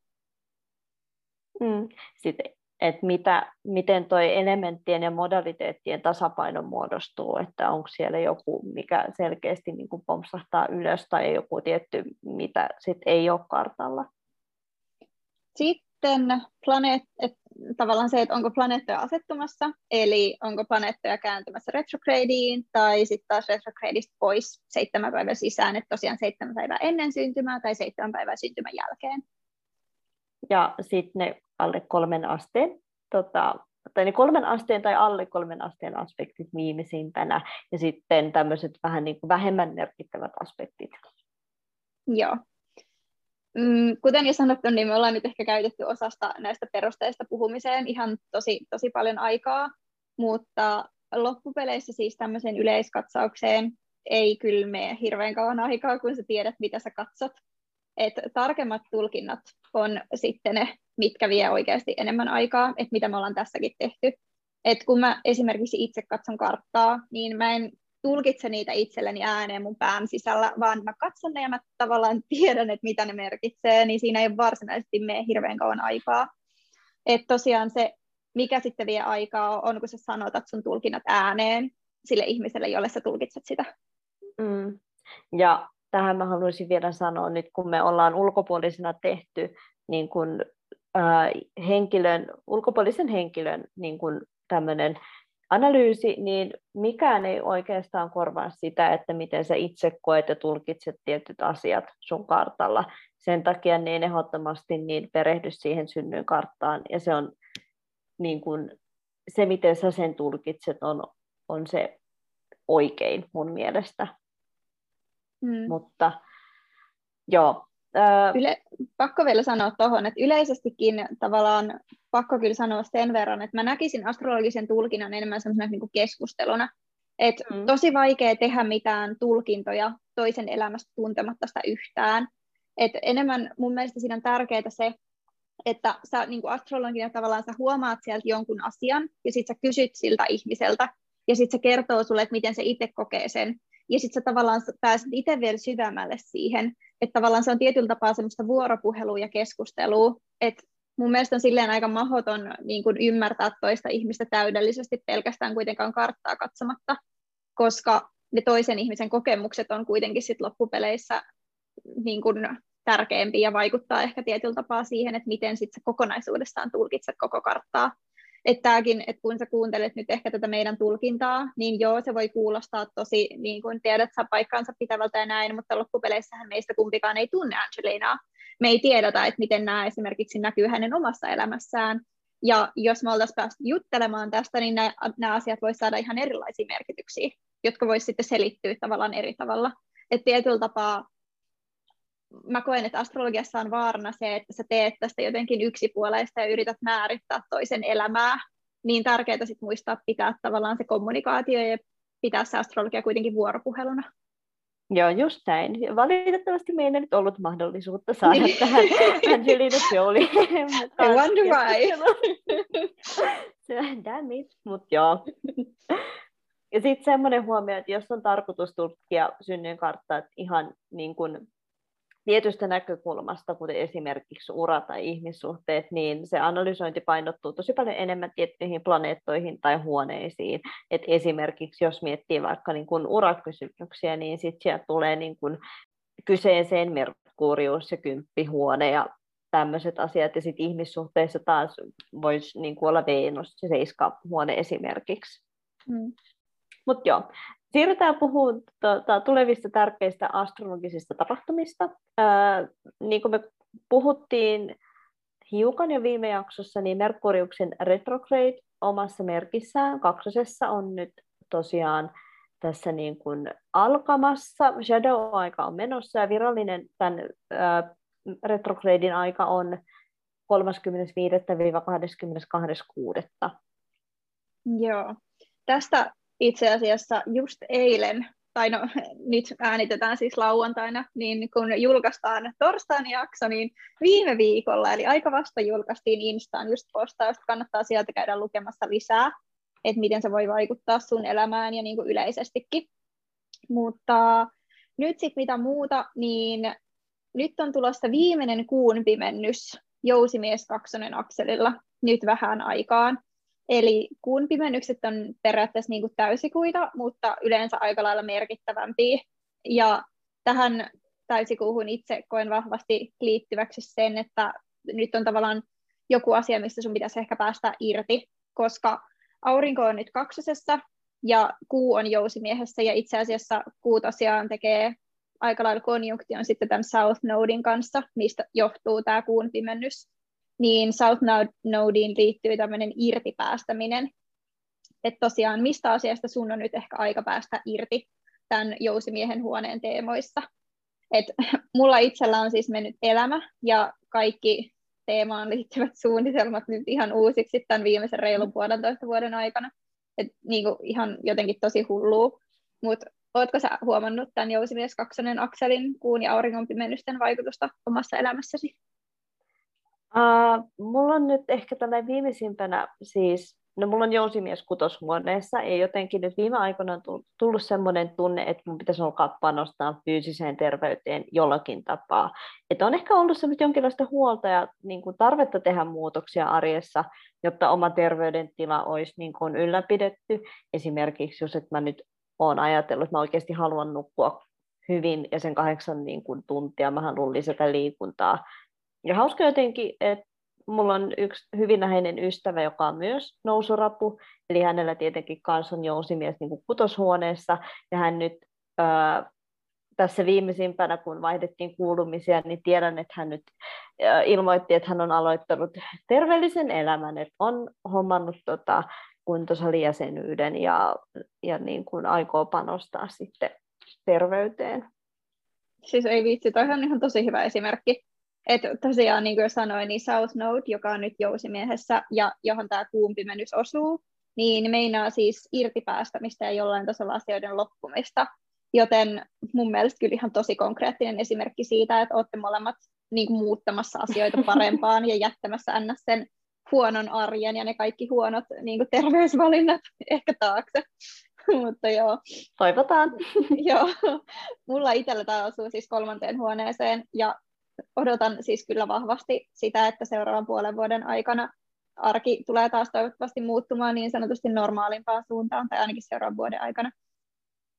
S2: Sitten, että miten toi elementtien ja modaliteettien tasapaino muodostuu, että onko siellä joku, mikä selkeästi niin kuin pompsahtaa ylös tai joku tietty, mitä sitten ei ole kartalla.
S1: Sitten tavallaan se, että onko planeettoja asettumassa, eli onko planeettoja kääntymässä retrogradiin, tai sitten taas retrogradista pois 7 päivän sisään, että tosiaan 7 päivää ennen syntymää tai 7 päivää syntymän jälkeen.
S2: Ja sitten ne alle 3 asteen, tai ne 3 asteen tai alle 3 asteen aspektit viimeisimpänä, ja sitten tämmöiset vähän niin kuin vähemmän merkittävät aspektit.
S1: Joo. Kuten jo sanottu, niin me ollaan nyt ehkä käytetty osasta näistä perusteista puhumiseen ihan tosi paljon aikaa, mutta loppupeleissä siis tämmöiseen yleiskatsaukseen ei kyllä mene hirveän kauan aikaa, kun sä tiedät, mitä sä katsot. Et tarkemmat tulkinnat on sitten ne, mitkä vie oikeasti enemmän aikaa, että mitä me ollaan tässäkin tehty. Et kun mä esimerkiksi itse katson karttaa, niin mä en tulkitse niitä itselleni ääneen mun pään sisällä, vaan mä katson ne ja mä tavallaan tiedän, että mitä ne merkitsee, niin siinä ei ole varsinaisesti mene hirveän kauan aikaa. Että tosiaan se, mikä sitten vie aikaa, on kun sä sanotat sun tulkinnat ääneen sille ihmiselle, jolle sä tulkitset sitä.
S2: Ja tähän mä haluaisin vielä sanoa, nyt kun me ollaan ulkopuolisena tehty niin kun, ulkopuolisen henkilön niin kun tämmöinen analyysi, niin mikään ei oikeastaan korvaa sitä, että miten sä itse koet ja tulkitset tietyt asiat sun kartalla. Sen takia niin ehdottomasti niin perehdy siihen synnyin karttaan, ja se on niin kun, se, miten sä sen tulkitset, on se oikein mun mielestä. Mutta joo.
S1: Pakko vielä sanoa tuohon, että yleisestikin tavallaan pakko kyllä sanoa sen verran, että mä näkisin astrologisen tulkinnan enemmän sellaisena niin kuin keskusteluna. Että tosi vaikea tehdä mitään tulkintoja toisen elämästä tuntematta sitä yhtään. Et enemmän mun mielestä siinä on tärkeää se, että sä niin kuin astrologina tavallaan sä huomaat sieltä jonkun asian ja sit sä kysyt siltä ihmiseltä ja sit se kertoo sulle, että miten se itse kokee sen. Ja sitten sä tavallaan pääset itse vielä syvemmälle siihen, että tavallaan se on tietyllä tapaa semmoista vuoropuhelua ja keskustelua, että mun mielestä on silleen aika mahdoton niin kuin ymmärtää toista ihmistä täydellisesti pelkästään kuitenkaan karttaa katsomatta, koska ne toisen ihmisen kokemukset on kuitenkin sit loppupeleissä niin kuin tärkeämpiä ja vaikuttaa ehkä tietyllä tapaa siihen, että miten sit sä kokonaisuudessaan tulkitset koko karttaa. Että tämäkin, että kun sä kuuntelet nyt ehkä tätä meidän tulkintaa, niin joo, se voi kuulostaa tosi, niin kuin tiedät sä paikkaansa pitävältä ja näin, mutta loppupeleissähän meistä kumpikaan ei tunne Angelinaa. Me ei tiedetä, että miten nämä esimerkiksi näkyy hänen omassa elämässään. Ja jos me oltaisiin päästy juttelemaan tästä, niin nämä asiat voisivat saada ihan erilaisia merkityksiä, jotka voisivat sitten selittyä tavallaan eri tavalla. Että tietyllä tapaa mä koen, että astrologiassa on vaarana se, että sä teet tästä jotenkin yksipuoleista ja yrität määrittää toisen elämää. Niin tärkeää sit muistaa pitää tavallaan se kommunikaatio ja pitää se astrologia kuitenkin vuoropuheluna.
S2: Joo, just näin. Valitettavasti meillä ei nyt ollut mahdollisuutta saada tähän Angelina Jolie.
S1: I wonder why.
S2: Damn it, mut joo. Ja sitten semmoinen huomio, että jos on tarkoitus tutkia synnyinkarttaa ihan niin kuin tietystä näkökulmasta, kuten esimerkiksi ura tai ihmissuhteet, niin se analysointi painottuu tosi paljon enemmän tiettyihin planeettoihin tai huoneisiin. Et esimerkiksi jos miettii vaikka niin kuin urakysymyksiä, niin sitten sieltä tulee niin kuin kyseeseen Merkurius ja kymppihuone ja tämmöiset asiat. Ja sitten ihmissuhteissa taas voisi niin kuin olla Venus ja seiskahuone esimerkiksi. Mutta joo. Siirrytään puhumaan tulevista tärkeistä astrologisista tapahtumista. Niin kuin me puhuttiin hiukan jo viime jaksossa, niin Merkuriuksen retrograde omassa merkissään kaksosessa on nyt tosiaan tässä niin kuin alkamassa. Shadow-aika on menossa ja virallinen tämän retrogradein aika on 35.–22.6.
S1: Joo. Tästä itse asiassa just eilen, tai no nyt äänitetään siis lauantaina, niin kun julkaistaan torstain jakso, niin viime viikolla, eli aika vasta julkaistiin Instaan just postaus, kannattaa sieltä käydä lukemassa lisää, että miten se voi vaikuttaa sun elämään ja niin kuin yleisestikin. Mutta nyt sitten mitä muuta, niin nyt on tulossa viimeinen kuun pimennys Jousimies kaksonen akselilla nyt vähän aikaan. Eli kuun pimennykset on periaatteessa niin kuin täysikuita, mutta yleensä aika lailla merkittävämpiä. Ja tähän täysikuuhun itse koen vahvasti liittyväksi sen, että nyt on tavallaan joku asia, mistä sun pitäisi ehkä päästä irti, koska aurinko on nyt kaksosessa ja kuu on Jousimiehessä, ja itse asiassa kuu tosiaan tekee aika lailla konjunktion sitten tämän South Noden kanssa, mistä johtuu tämä kuun pimennys. Niin South Nodeen liittyy tämmöinen irtipäästäminen, että tosiaan mistä asiasta sun on nyt ehkä aika päästä irti tämän Jousimiehen huoneen teemoissa. Et mulla itsellä on siis mennyt elämä ja kaikki teemaan liittyvät suunnitelmat nyt ihan uusiksi tämän viimeisen reilun 1,5 vuoden aikana. Et niinku ihan jotenkin tosi hullua. Mutta ootko sä huomannut tämän Jousimies kaksonen akselin kuun ja auringon pimennysten vaikutusta omassa elämässäsi?
S2: Mulla on nyt ehkä tänä viimeisimpänä siis, no mulla on Jousimies kutoshuoneessa, ja jotenkin nyt viime aikoina on tullut semmoinen tunne, että mun pitäisi alkaa panostaa fyysiseen terveyteen jollakin tapaa. Että on ehkä ollut semmoista jonkinlaista huolta ja niin kuin tarvetta tehdä muutoksia arjessa, jotta oma terveydentila olisi niin kuin ylläpidetty. Esimerkiksi jos mä nyt olen ajatellut, että mä oikeasti haluan nukkua hyvin ja sen 8 niin kuin tuntia mä haluan lisätä liikuntaa. Ja hauska jotenkin, että mulla on yksi hyvin läheinen ystävä, joka on myös nousurapu, eli hänellä tietenkin kanssa on Jousimies niin kuin kutoshuoneessa, ja hän nyt tässä viimeisimpänä, kun vaihdettiin kuulumisia, niin tiedän, että hän nyt ilmoitti, että hän on aloittanut terveellisen elämän, että on hommannut kuntosalijäsenyyden ja niin kuin aikoo panostaa sitten terveyteen.
S1: Siis ei vitsi, toi on ihan tosi hyvä esimerkki. Että tosiaan, niin kuin sanoin, niin South Node, joka on nyt Jousimiehessä ja johon tämä kuun pimennys osuu, niin meinaa siis irtipäästämistä ja jollain tasolla asioiden loppumista. Joten mun mielestä kyllä ihan tosi konkreettinen esimerkki siitä, että olette molemmat niin kuin muuttamassa asioita parempaan ja jättämässä ns. Sen huonon arjen ja ne kaikki huonot niin kuin terveysvalinnat ehkä taakse. Mutta joo.
S2: Toivotaan.
S1: Joo. Mulla itsellä tämä osuu siis 3. huoneeseen ja odotan siis kyllä vahvasti sitä, että seuraavan 0,5 vuoden aikana arki tulee taas toivottavasti muuttumaan niin sanotusti normaalimpaan suuntaan, tai ainakin seuraavan vuoden aikana.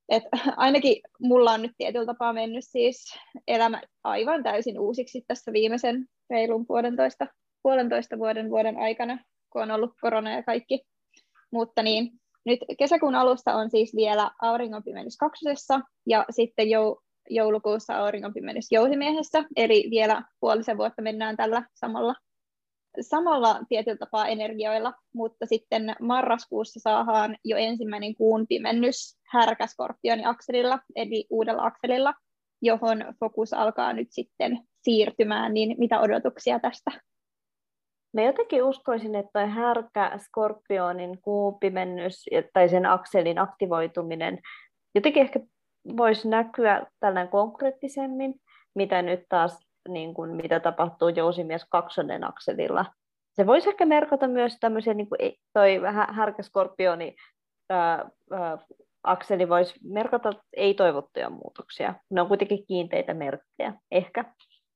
S1: Et ainakin mulla on nyt tietyllä tapaa mennyt siis elämä aivan täysin uusiksi tässä viimeisen reilun puolentoista vuoden aikana, kun on ollut korona ja kaikki. Mutta niin, nyt kesäkuun alusta on siis vielä auringonpimennys kaksosessa ja sitten joulukuussa auringonpimennys Jousimiehessä, eli vielä puolisen vuotta mennään tällä samalla tietyllä tapaa energioilla, mutta sitten marraskuussa saadaan jo ensimmäinen kuun pimennys Härkä-Skorpionin akselilla, eli uudella akselilla, johon fokus alkaa nyt sitten siirtymään, niin mitä odotuksia tästä?
S2: Mä jotenkin uskoisin, että Härkä-Skorpionin kuun pimennys tai sen akselin aktivoituminen jotenkin ehkä voisi näkyä tällainen konkreettisemmin, mitä nyt taas niin kuin, mitä tapahtuu Jousimies kaksonen akselilla. Se voisi ehkä merkata myös tämmöisen, niin kuin toi Härkä-Skorpioni akseli voisi merkata ei-toivottuja muutoksia. Ne on kuitenkin kiinteitä merkkejä, ehkä.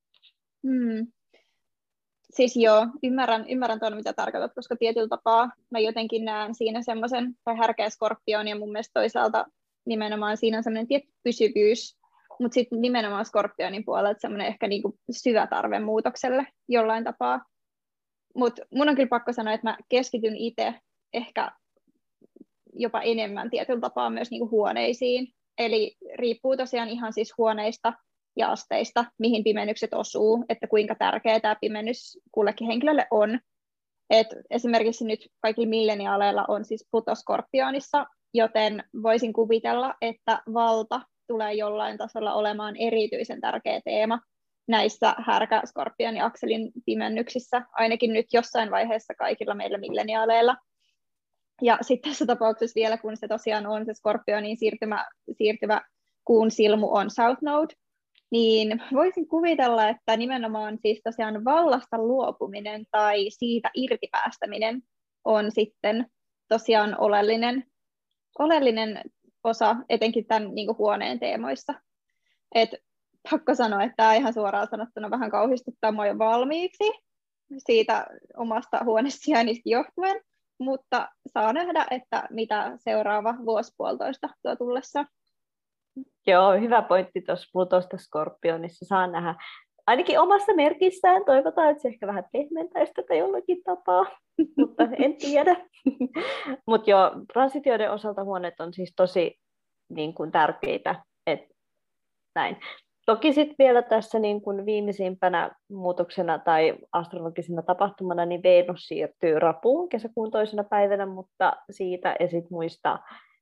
S1: Siis joo, ymmärrän tuon, mitä tarkoitat, koska tietyllä tapaa mä jotenkin näen siinä semmoisen, tai Härkä Skorpion, ja mun mielestä toisaalta nimenomaan siinä on semmoinen tietty pysyvyys, mutta sitten nimenomaan Skorpionin puolelta semmoinen ehkä niinku syvä tarve muutokselle jollain tapaa. Mutta mun on kyllä pakko sanoa, että mä keskityn itse ehkä jopa enemmän tietyllä tapaa myös niinku huoneisiin. Eli riippuu tosiaan ihan siis huoneista ja asteista, mihin pimennykset osuu, että kuinka tärkeä tämä pimennys kullekin henkilölle on. Et esimerkiksi nyt kaikilla milleniaaleilla on siis Pluto Skorpionissa, joten voisin kuvitella, että valta tulee jollain tasolla olemaan erityisen tärkeä teema näissä Härkä-Skorpionin akselin pimennyksissä, ainakin nyt jossain vaiheessa kaikilla meillä milleniaaleilla. Ja sitten tässä tapauksessa vielä, kun se tosiaan on se Skorpionin siirtyvä kuun silmu on South Node, niin voisin kuvitella, että nimenomaan siis tosiaan vallasta luopuminen tai siitä irtipäästäminen on sitten tosiaan oleellinen osa etenkin tämän niin kuin huoneen teemoissa. Et pakko sanoa, että tämä ihan suoraan sanottuna vähän kauhistuttaa mua jo valmiiksi siitä omasta huonesijainnista johtuen, mutta saa nähdä, että mitä seuraava vuosi-puolitoista tuo tullessa.
S2: Joo, hyvä pointti tuossa Plutosta Skorpionissa. Saa nähdä. Ainakin omassa merkissään toivotaan, että se ehkä vähän pehmentäisi tätä jollakin tapaa, mutta en tiedä. Mutta joo, transitioiden osalta huoneet on siis tosi niin kuin, tärkeitä. Näin. Toki sitten vielä tässä niin kuin viimeisimpänä muutoksena tai astrologisena tapahtumana, niin Venus siirtyy Rapuun kesäkuun 2. päivänä, mutta siitä ja sitten muista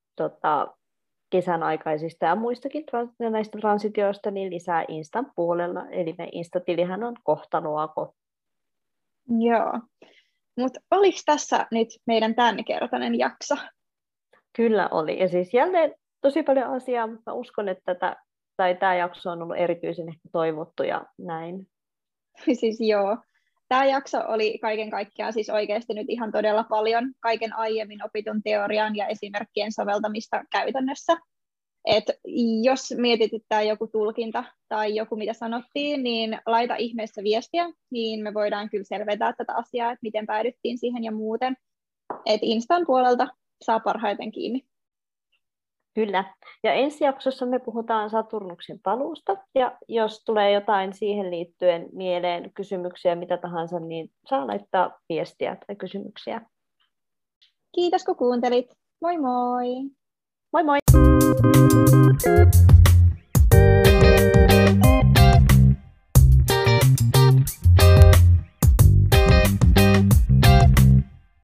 S2: kesän aikaisista ja muistakin näistä transitioista niin lisää Instan puolella, eli me Instatilihän on kohta luoko.
S1: Joo, mutta oliko tässä nyt meidän tämänkertainen jakso?
S2: Kyllä oli, ja siis jälleen tosi paljon asiaa, mutta mä uskon, että tämä jakso on ollut erityisen ehkä toivottu ja näin.
S1: Siis joo, tämä jakso oli kaiken kaikkiaan siis oikeasti nyt ihan todella paljon kaiken aiemmin opitun teorian ja esimerkkien soveltamista käytännössä. Et jos mietityttää joku tulkinta tai joku mitä sanottiin, niin laita ihmeessä viestiä, niin me voidaan kyllä selventää tätä asiaa, että miten päädyttiin siihen ja muuten. Et Instan puolelta saa parhaiten kiinni.
S2: Kyllä. Ja ensi jaksossa me puhutaan Saturnuksen paluusta. Ja jos tulee jotain siihen liittyen mieleen, kysymyksiä, mitä tahansa, niin saa laittaa viestiä tai kysymyksiä.
S1: Kiitos kun kuuntelit. Moi moi!
S2: Moi moi!